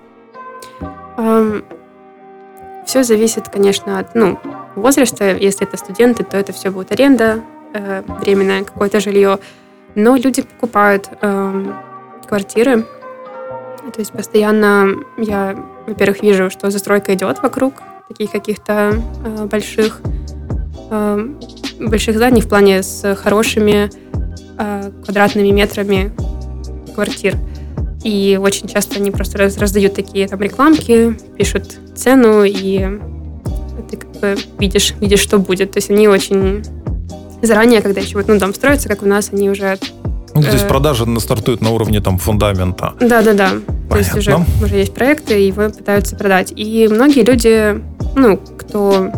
Um, все зависит, конечно, от ну, возраста. Если это студенты, то это все будет аренда, э, временное какое-то жилье. Но люди покупают э, квартиры. То есть постоянно я, во-первых, вижу, что застройка идет вокруг таких каких-то э, больших, э, больших зданий в плане с хорошими э, квадратными метрами квартир. И очень часто они просто раз, раздают такие там рекламки, пишут цену, и ты как бы видишь, видишь, что будет. То есть они очень заранее, когда еще вот, ну, дом строится, как у нас, они уже... Ну, то есть продажи стартуют на уровне там фундамента. Да-да-да. То есть уже, уже есть проекты, и его пытаются продать. И многие люди, ну, кто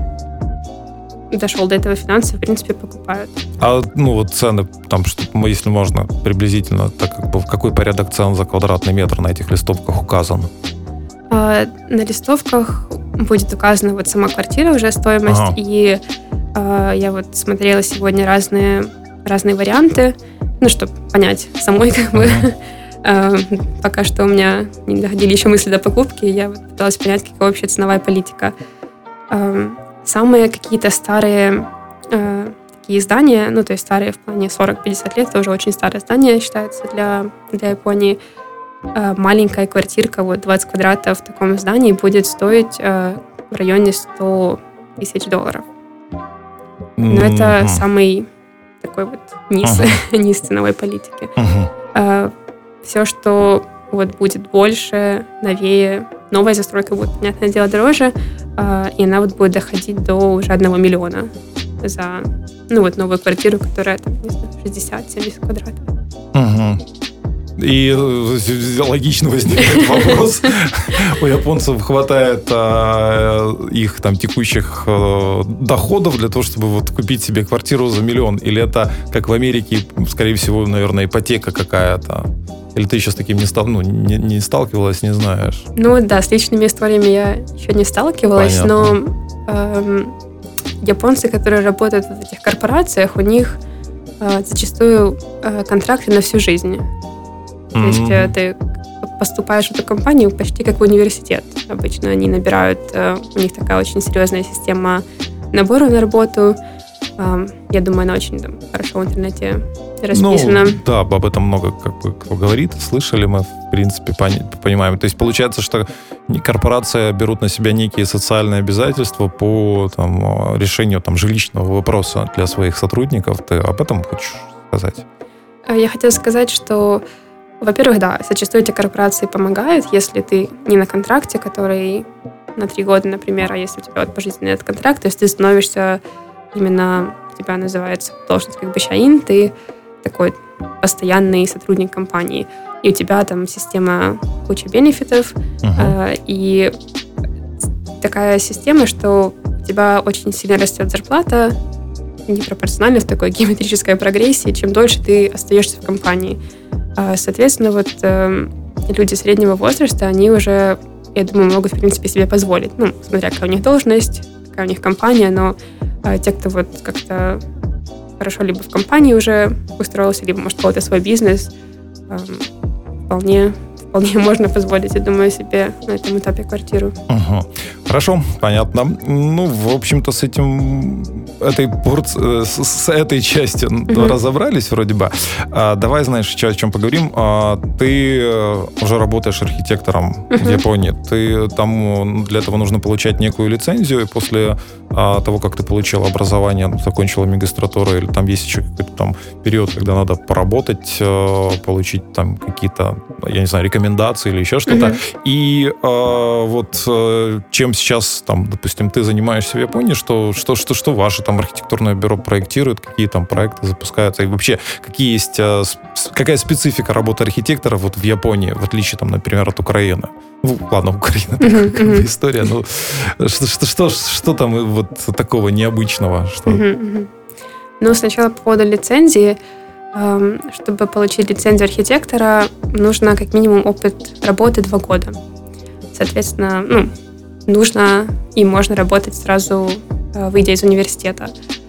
дошел до этого финанса, в принципе, покупают. А, ну, вот цены, там, что, если можно, приблизительно, так как бы, в какой порядок цен за квадратный метр на этих листовках указан? А, на листовках будет указана вот сама квартира, уже стоимость, ага. и а, я вот смотрела сегодня разные, разные варианты, ну, чтобы понять самой, как бы, ага. а, пока что у меня не доходили еще мысли до покупки, я вот пыталась понять, какая вообще ценовая политика. А, самые какие-то старые э, такие здания, ну, то есть старые в плане сорок-пятьдесят лет, это уже очень старое здание считается для, для Японии. Э, маленькая квартирка, вот двадцать квадратов в таком здании будет стоить э, в районе сто тысяч долларов. Но mm-hmm. это самый такой вот низ, uh-huh. низ ценовой политики. Uh-huh. Э, все, что вот будет больше, новее, новая застройка будет, понятное дело, дороже, э, и она вот будет доходить до уже одного миллиона за, ну, вот новую квартиру, которая, там, не знаю, шестьдесят-семьдесят квадратов. Угу. И логично возникает вопрос. У японцев хватает а, их там текущих а, доходов для того, чтобы вот купить себе квартиру за миллион? Или это, как в Америке, скорее всего, наверное, ипотека какая-то? Или ты еще с таким не, стал, ну, не, не сталкивалась, не знаешь? Ну да, с личными историями я еще не сталкивалась, Понятно. но эм, японцы, которые работают в этих корпорациях, у них э, зачастую э, контракты на всю жизнь. То Mm-hmm. есть э, ты поступаешь в эту компанию почти как в университет. Обычно они набирают, э, у них такая очень серьезная система набора на работу. Э, я думаю, она очень там, хорошо в интернете расписано. Ну, да, об этом много как бы кто говорит, слышали мы, в принципе, пони- понимаем. То есть получается, что корпорации берут на себя некие социальные обязательства по там, решению там, жилищного вопроса для своих сотрудников. Ты об этом хочешь сказать? Я хотела сказать, что, во-первых, да, зачастую эти корпорации помогают, если ты не на контракте, который на три года, например, а если у тебя вот пожизненный этот контракт, то есть ты становишься именно, у тебя называется должность как бы щаин, ты такой постоянный сотрудник компании, и у тебя там система куча бенефитов, Uh-huh. э, и такая система, что у тебя очень сильно растет зарплата, непропорционально в такой геометрической прогрессии, чем дольше ты остаешься в компании. Э, соответственно, вот э, люди среднего возраста, они уже, я думаю, могут, в принципе, себе позволить, ну, смотря какая у них должность, какая у них компания, но э, те, кто вот как-то хорошо либо в компании уже устроился, либо, может, какой-то свой бизнес, э, вполне, вполне можно позволить, я думаю, себе на этом этапе квартиру. Угу. Хорошо, понятно. Ну, в общем-то, с этим, этой, с, с этой частью uh-huh. разобрались вроде бы. А, давай, знаешь, сейчас о чем поговорим. А, ты уже работаешь архитектором uh-huh. в Японии. Ты там, для этого нужно получать некую лицензию, и после а, того, как ты получил образование, закончила магистратуру, или там есть еще какой-то там период, когда надо поработать, а, получить там какие-то, я не знаю, рекомендации или еще что-то. Uh-huh. И а, вот чем сейчас, там, допустим, ты занимаешься в Японии, что, что, что, что ваше там архитектурное бюро проектирует, какие там проекты запускаются, и вообще какие есть, какая специфика работы архитектора вот в Японии, в отличие, там, например, от Украины? Ну, ладно, Украина, такая как бы история, но что, что, что, что там вот такого необычного? Что... Ну, сначала по поводу лицензии. Чтобы получить лицензию архитектора, нужно как минимум опыт работы два года. Соответственно, ну, нужно и можно работать сразу, выйдя из университета.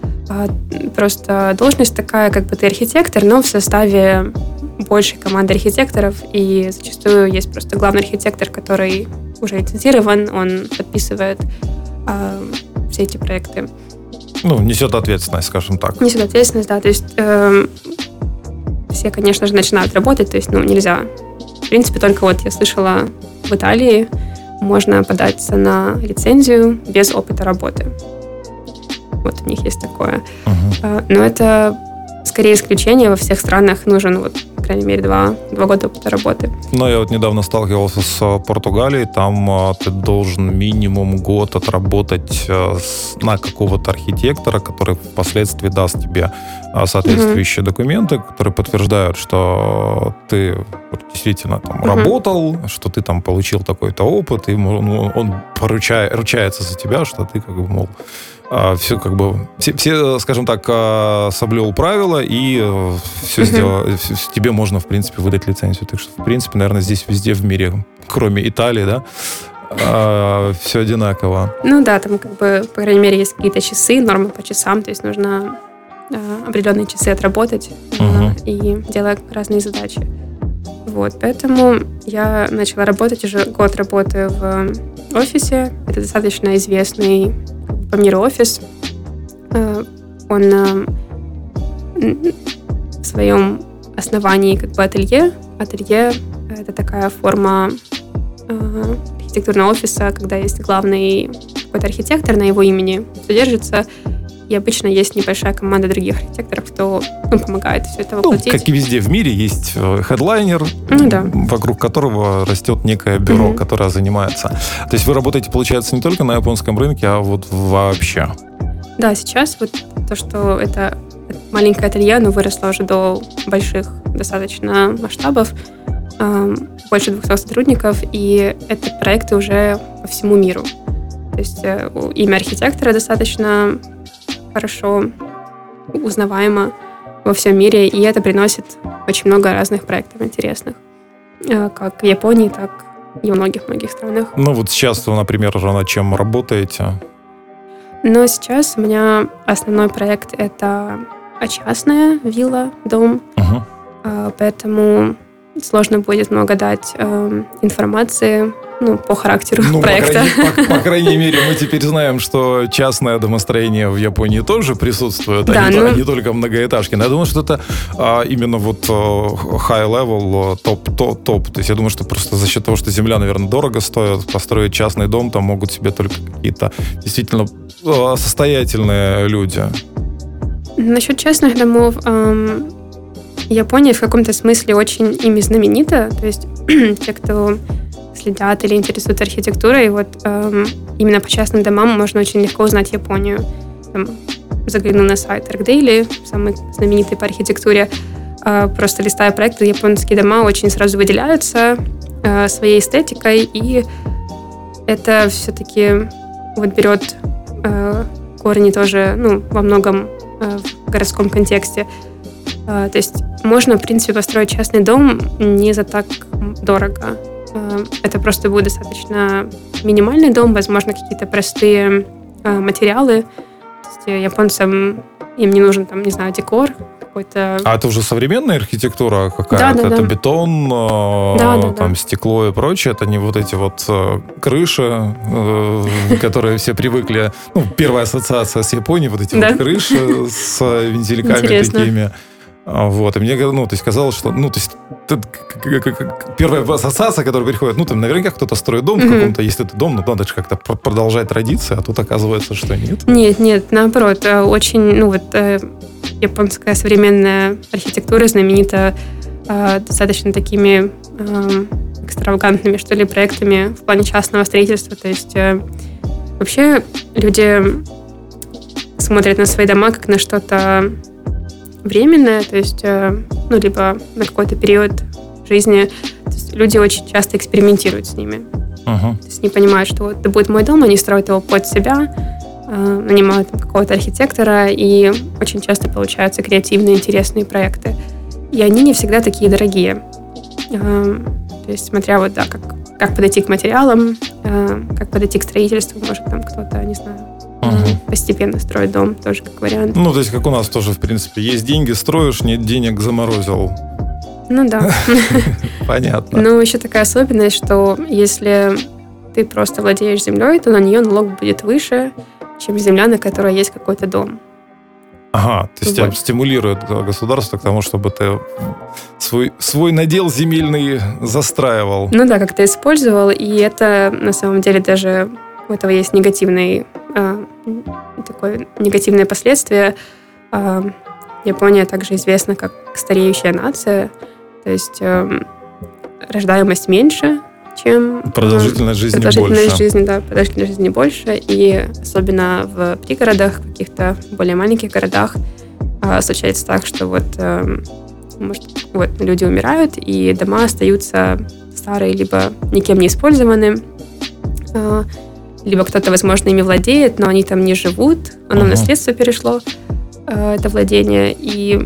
Просто должность такая, как бы ты архитектор, но в составе большей команды архитекторов, и зачастую есть просто главный архитектор, который уже лицензирован, он подписывает э, все эти проекты. Ну, несет ответственность, скажем так. Несет ответственность, да, то есть э, все, конечно же, начинают работать, то есть, ну, нельзя. В принципе, только вот я слышала, в Италии можно податься на лицензию без опыта работы. Вот у них есть такое. Uh-huh. Но это скорее исключение. Во всех странах нужен, вот, по крайней мере, два, два года опыта работы. Но я вот недавно сталкивался с Португалией. Там а, ты должен минимум год отработать а, с, на какого-то архитектора, который впоследствии даст тебе а, соответствующие uh-huh. документы, которые подтверждают, что ты вот, действительно там uh-huh. работал, что ты там получил такой-то опыт, и ну, он поручает, ручается за тебя, что ты как бы, мол, все, как бы, все, все, скажем так, соблюл правила, и все uh-huh. сделал, тебе можно, в принципе, выдать лицензию. Так что, в принципе, наверное, здесь везде в мире, кроме Италии, да, все одинаково. Ну да, там, как бы, по крайней мере, есть какие-то часы, нормы по часам, то есть нужно определенные часы отработать, uh-huh. и делать разные задачи. Вот, поэтому я начала работать, уже год работаю в офисе. Это достаточно известный по миру офис. Он в своем основании как бы ателье. Ателье — это такая форма архитектурного офиса, когда есть главный какой-то архитектор, на его имени содержится, и обычно есть небольшая команда других архитекторов, кто ну, помогает все это воплотить. Ну, как и везде в мире, есть хедлайнер, ну, да. вокруг которого растет некое бюро, mm-hmm. которое занимается. То есть вы работаете, получается, не только на японском рынке, а вот вообще. Да, сейчас вот то, что это маленькое ателье, оно выросло уже до больших достаточно масштабов, больше двухсот сотрудников, и это проекты уже по всему миру. То есть имя архитектора достаточно хорошо узнаваемо во всем мире, и это приносит очень много разных проектов интересных. как в Японии, так и в многих-многих странах. Ну вот сейчас вы, например, над чем работаете? Но сейчас у меня основной проект — это частная вилла, дом, Угу. поэтому сложно будет много дать э, информации, ну, по характеру Ну, проекта. По крайней, по, по крайней мере, мы теперь знаем, что частное домостроение в Японии тоже присутствует, Да, а, не, ну... а не только многоэтажки. Но я думаю, что это а, именно вот high level, топ-топ. То есть я думаю, что просто за счет того, что земля, наверное, дорого стоит, построить частный дом, там могут себе только какие-то действительно состоятельные люди. Насчет частных домов, эм, Япония в каком-то смысле очень ими знаменита. То есть те, кто следят или интересуются архитектурой, вот эм, именно по частным домам можно очень легко узнать Японию. Там, загляну на сайт ArcDaily, самый знаменитый по архитектуре, э, просто листая проекты, японские дома очень сразу выделяются э, своей эстетикой, и это все-таки вот берет э, корни тоже, ну, во многом э, в городском контексте. Э, то есть можно, в принципе, построить частный дом не за так дорого. Э, это просто будет достаточно минимальный дом, возможно, какие-то простые э, материалы. То есть э, японцам им не нужен, там, не знаю, декор какой-то. А это уже современная архитектура какая-то? Да, да, это да. бетон, Да, да, там да. стекло и прочее? Это не вот эти вот э, крыши, э, которые все привыкли... Ну, первая ассоциация с Японией, вот эти Да. вот крыши с вентильками Интересно. такими. А, Вот, и мне, ну, то есть казалось, что, ну, то есть т- к- к- к- первая ассоциация, которая приходит, ну, там наверняка кто-то строит дом в Мгм. каком-то, если это дом, ну, надо же как-то пр- продолжать традиции, а тут оказывается, что нет. Нет, нет, наоборот, э, очень, ну вот э, японская современная архитектура знаменита э, достаточно такими э, экстравагантными, что ли, проектами в плане частного строительства. То есть э, вообще люди смотрят на свои дома как на что-то временное, то есть, э, ну, либо на какой-то период жизни. То есть люди очень часто экспериментируют с ними. Ага. То есть не понимают, что вот это будет мой дом, они строят его под себя, э, нанимают там какого-то архитектора, и очень часто получаются креативные, интересные проекты. И они не всегда такие дорогие. Э, то есть смотря вот, да, как, как подойти к материалам, э, как подойти к строительству, может там кто-то, не знаю, э, Ага. постепенно строить дом, тоже как вариант. Ну, то есть, как у нас тоже, в принципе, есть деньги, строишь, нет денег, заморозил. Ну да. Понятно. Но еще такая особенность, что если ты просто владеешь землей, то на нее налог будет выше, чем земля, на которой есть какой-то дом. Ага, то есть тебя Вот. стимулирует э, государство к тому, чтобы ты свой, свой надел земельный застраивал. Ну да, как-то использовал, и это на самом деле даже у этого есть негативный, э, такое негативное последствие. Э, Япония также известна как стареющая нация, то есть э, рождаемость меньше, чем... э, Продолжительность жизни Продолжительность больше. жизни, да, продолжительность жизни больше, и особенно в пригородах, в каких-то более маленьких городах а, случается так, что вот, э, может, вот люди умирают, и дома остаются старые, либо никем не использованы, а, либо кто-то, возможно, ими владеет, но они там не живут, оно в Ага. наследство перешло, э, это владение, и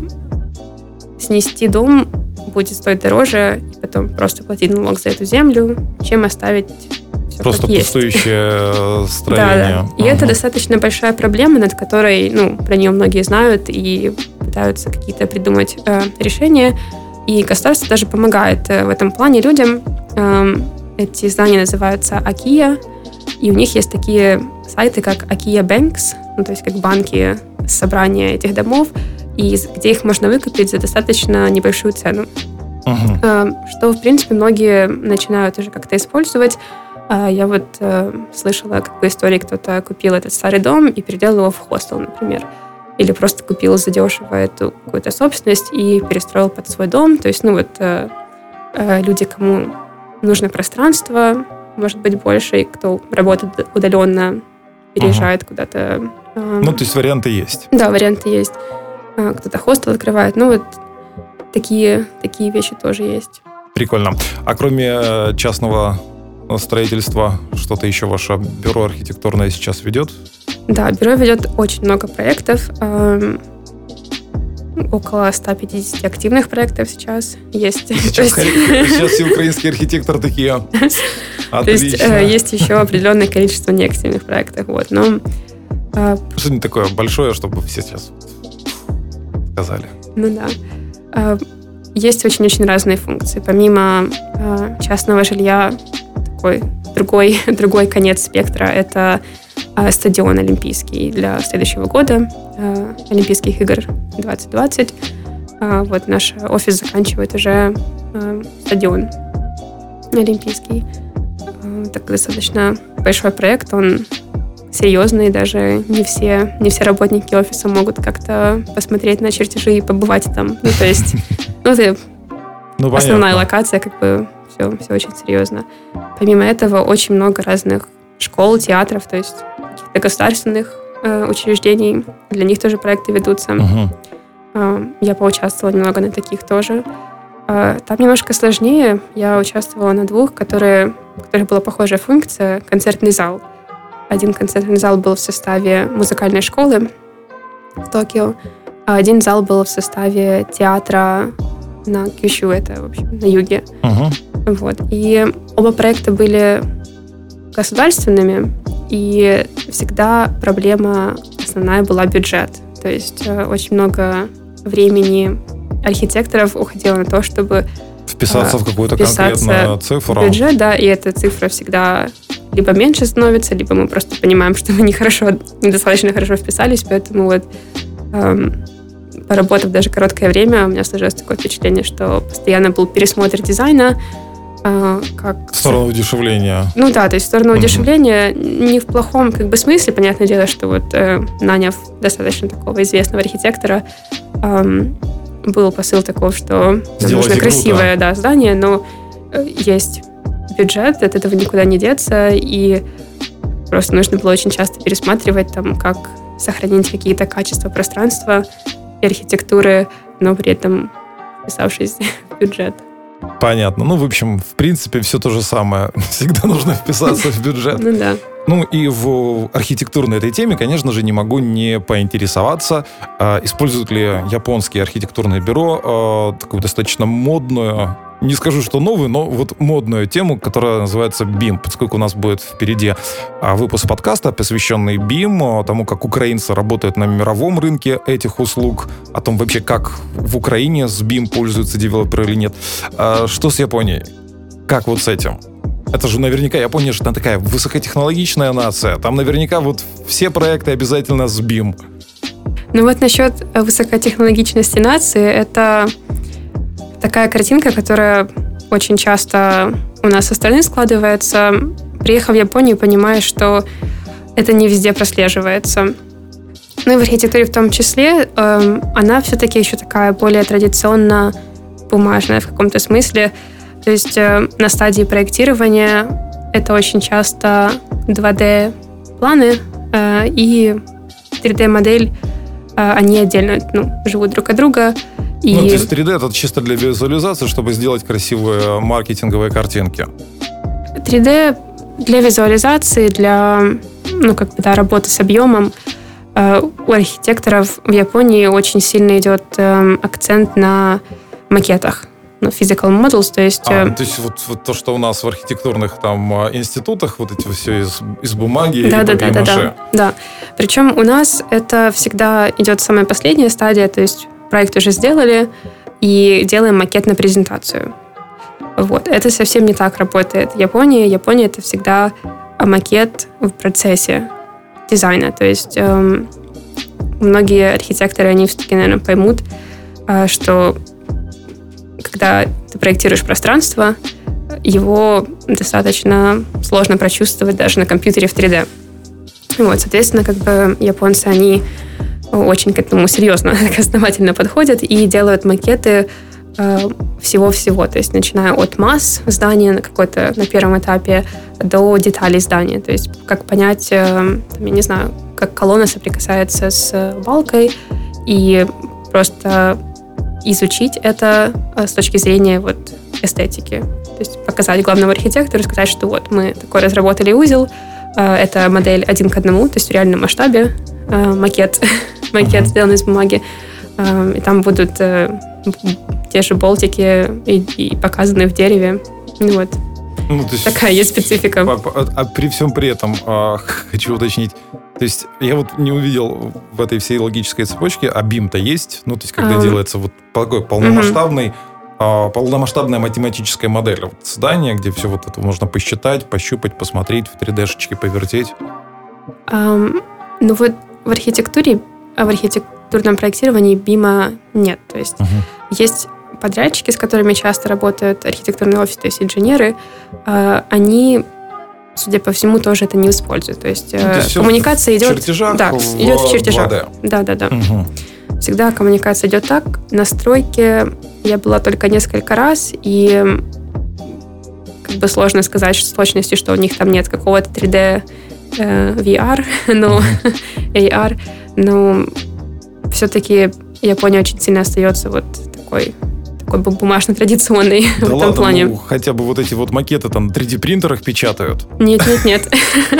снести дом будет стоить дороже, и потом просто платить налог за эту землю, чем оставить все Просто как есть. пустующее Да, строение. да. И Ага. это достаточно большая проблема, над которой, ну, про нее многие знают и пытаются какие-то придумать э, решения. И государство даже помогает э, в этом плане людям. Эм, эти здания называются Акия, и у них есть такие сайты, как Акия Banks, ну, то есть как банки собрания этих домов, и где их можно выкупить за достаточно небольшую цену. Ага. Э, Что, в принципе, многие начинают уже как-то использовать. Э, Я вот э, слышала как бы истории, кто-то купил этот старый дом и переделал его в хостел, например. Или просто купил задешево эту какую-то собственность и перестроил под свой дом. То есть, ну вот, э, э, люди, кому нужно пространство, может быть, больше, и кто работает удаленно, переезжает куда-то. э, Ну, то есть варианты есть. Да, варианты есть. Э, Кто-то хостел открывает. Ну вот, такие, такие вещи тоже есть. Прикольно. А кроме э, частного строительства, что-то еще ваше бюро архитектурное сейчас ведет? Да, бюро ведет очень много проектов. Эм, около ста пятидесяти активных проектов сейчас есть. Сейчас, сейчас все украинские архитекторы такие. То есть есть еще определенное количество неактивных проектов. Вот. Но, что-нибудь такое большое, чтобы все сейчас сказали. Ну да. Есть очень-очень разные функции. Помимо частного жилья, такой другой, другой конец спектра — это стадион олимпийский для следующего года, Олимпийских игр двадцать двадцать. Вот наш офис заканчивает уже стадион олимпийский. Так достаточно большой проект, он серьезный, даже не все, не все работники офиса могут как-то посмотреть на чертежи и побывать там. Ну, то есть, ну, это ну, основная локация, как бы все, все очень серьезно. Помимо этого, очень много разных школ, театров, то есть каких-то государственных э, учреждений. Для них тоже проекты ведутся. Uh-huh. Э, я поучаствовала немного на таких тоже. Э, там немножко сложнее. Я участвовала на двух, которые, у которых была похожая функция — концертный зал. Один концертный зал был в составе музыкальной школы в Токио, а один зал был в составе театра на Кюшю, это, в общем, на юге. Uh-huh. Вот. И оба проекта были государственными, и всегда проблема основная была бюджет. То есть э, очень много времени архитекторов уходило на то, чтобы вписаться э, в какую-то конкретную цифру. В бюджет, да, и эта цифра всегда либо меньше становится, либо мы просто понимаем, что мы нехорошо, недостаточно хорошо вписались, поэтому вот эм, поработав даже короткое время, у меня сложилось такое впечатление, что постоянно был пересмотр дизайна, как... В сторону удешевления. Ну да, то есть в сторону mm-hmm. удешевления не в плохом как бы смысле. Понятное дело, что вот э, наняв достаточно такого известного архитектора, э, был посыл таков, что нам нужно красивое да, здание, но э, есть бюджет, от этого никуда не деться, и просто нужно было очень часто пересматривать, там, как сохранить какие-то качества пространства и архитектуры, но при этом вписавшись в бюджет. Понятно. Ну, в общем, в принципе, все то же самое. Всегда нужно вписаться в бюджет. Ну да. Ну и в архитектурной этой теме, конечно же, не могу не поинтересоваться, используют ли японские архитектурные бюро такую достаточно модную, не скажу, что новую, но вот модную тему, которая называется бим. Поскольку у нас будет впереди выпуск подкаста, посвященный бим, тому, как украинцы работают на мировом рынке этих услуг, о том вообще, как в Украине с бим пользуются девелоперы или нет. Что с Японией? Как вот с этим? Это же наверняка, Япония же там такая высокотехнологичная нация. Там наверняка вот все проекты обязательно с бим. Ну вот насчет высокотехнологичности нации, это такая картинка, которая очень часто у нас со стороны складывается. Приехав в Японию, понимаешь, что это не везде прослеживается. Ну и в архитектуре в том числе, э, она все-таки еще такая более традиционно бумажная в каком-то смысле. То есть э, на стадии проектирования это очень часто два дэ-планы э, и три дэ-модель, э, они отдельно ну, живут друг от друга. И... Ну, то есть три дэ это чисто для визуализации, чтобы сделать красивые маркетинговые картинки. три дэ для визуализации, для ну, как бы, да, работы с объемом. Э, у архитекторов в Японии очень сильно идет э, акцент на макетах. Ну, physical models, то есть... А, то есть вот, вот то, что у нас в архитектурных там институтах, вот эти все из, из бумаги да, и да, да, да, да, да. Причем у нас это всегда идет самая последняя стадия, то есть проект уже сделали, и делаем макет на презентацию. Вот. Это совсем не так работает в Японии. Япония — это всегда макет в процессе дизайна. То есть эм, многие архитекторы, они все-таки, наверное, поймут, э, что когда ты проектируешь пространство, его достаточно сложно прочувствовать даже на компьютере в три дэ. Вот, соответственно, как бы японцы, они очень к этому серьезно, основательно подходят и делают макеты э, всего-всего. То есть начиная от масс здания на какой-то, на первом этапе до деталей здания. То есть как понять, э, я не знаю, как колонна соприкасается с балкой, и просто изучить это с точки зрения вот, эстетики. То есть показать главному архитектору, сказать, что вот мы такой разработали узел, это модель один к одному, то есть в реальном масштабе, макет, макет uh-huh. сделан из бумаги. И там будут те же болтики и, и показаны в дереве. Вот. Ну, то есть, такая есть специфика. А, а, а при всем при этом а, хочу уточнить. То есть я вот не увидел в этой всей логической цепочке, а бим-то есть? Ну, то есть когда а, делается вот такой полномасштабный, угу. а, полномасштабная математическая модель вот здания, где все вот это можно посчитать, пощупать, посмотреть, в три дэ-шечке повертеть. А, ну вот в архитектуре, в архитектурном проектировании бима нет. То есть угу. есть подрядчики, с которыми часто работают архитектурный офис, то есть инженеры, э, они, судя по всему, тоже это не используют. То есть, э, ну, то есть коммуникация идет... Чертежах, да, в идет в чертежах. два дэ. Да, да, да. Угу. Всегда коммуникация идет так. На стройке я была только несколько раз, и как бы сложно сказать с точностью, что у них там нет какого-то три дэ э, ви ар, но эй ар, но все-таки Япония очень сильно остается вот такой... такой бумажно-традиционный да в этом ладно, плане. Ну, хотя бы вот эти вот макеты там на три дэ-принтерах печатают. Нет, нет, нет.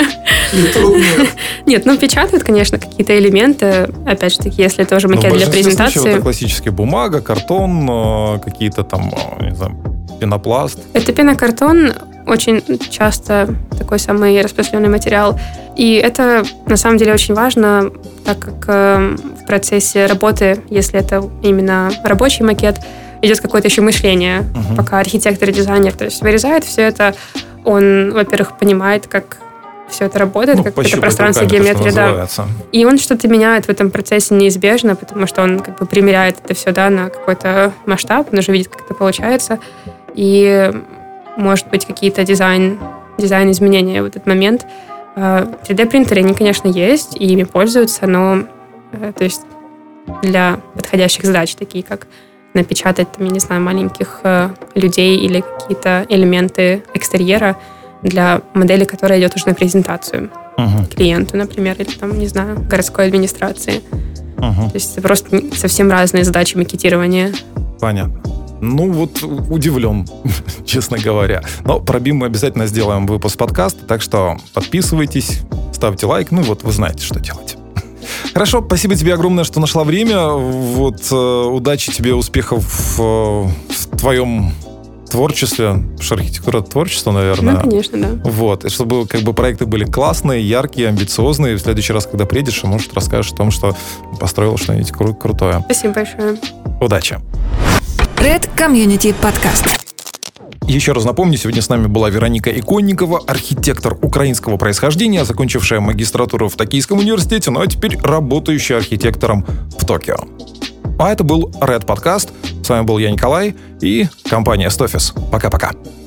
Нет, ну печатают, конечно, какие-то элементы. Опять же таки, если это уже макет для презентации. Это классическая бумага, картон, какие-то там, не знаю, пенопласт. Это пенокартон, очень часто такой самый распространенный материал. И это на самом деле очень важно, так как в процессе работы, если это именно рабочий макет, идет какое-то еще мышление, uh-huh. пока архитектор и дизайнер, то есть вырезает все это, он, во-первых, понимает, как все это работает, ну, как это пространство, геометрия, да. И он что-то меняет в этом процессе неизбежно, потому что он как бы примеряет это все, да, на какой-то масштаб, он уже видит, как это получается, и может быть какие-то дизайн, дизайн-изменения в этот момент. три дэ-принтеры, они, конечно, есть, и ими пользуются, но то есть для подходящих задач, такие как напечатать, там, я не знаю, маленьких э, людей или какие-то элементы экстерьера для модели, которая идет уже на презентацию uh-huh. клиенту, например, или там, не знаю, городской администрации. Uh-huh. То есть это просто совсем разные задачи макетирования. Понятно. Ну вот удивлен, честно говоря. Но про бим мы обязательно сделаем выпуск подкаста, так что подписывайтесь, ставьте лайк, ну вот вы знаете, что делать. Хорошо, спасибо тебе огромное, что нашла время. Вот, э, удачи тебе, успехов э, в твоем творчестве. Потому что архитектура — творчество, наверное. Ну, конечно, да. Вот, и чтобы как бы проекты были классные, яркие, амбициозные. И в следующий раз, когда приедешь, может, расскажешь о том, что построил что-нибудь кру- крутое. Спасибо большое. Удачи. Red Community Podcast. Еще раз напомню, сегодня с нами была Вероника Иконникова, архитектор украинского происхождения, закончившая магистратуру в Токийском университете, ну а теперь работающая архитектором в Токио. А это был Red Podcast. С вами был я, Николай, и компания Стофис. Пока-пока.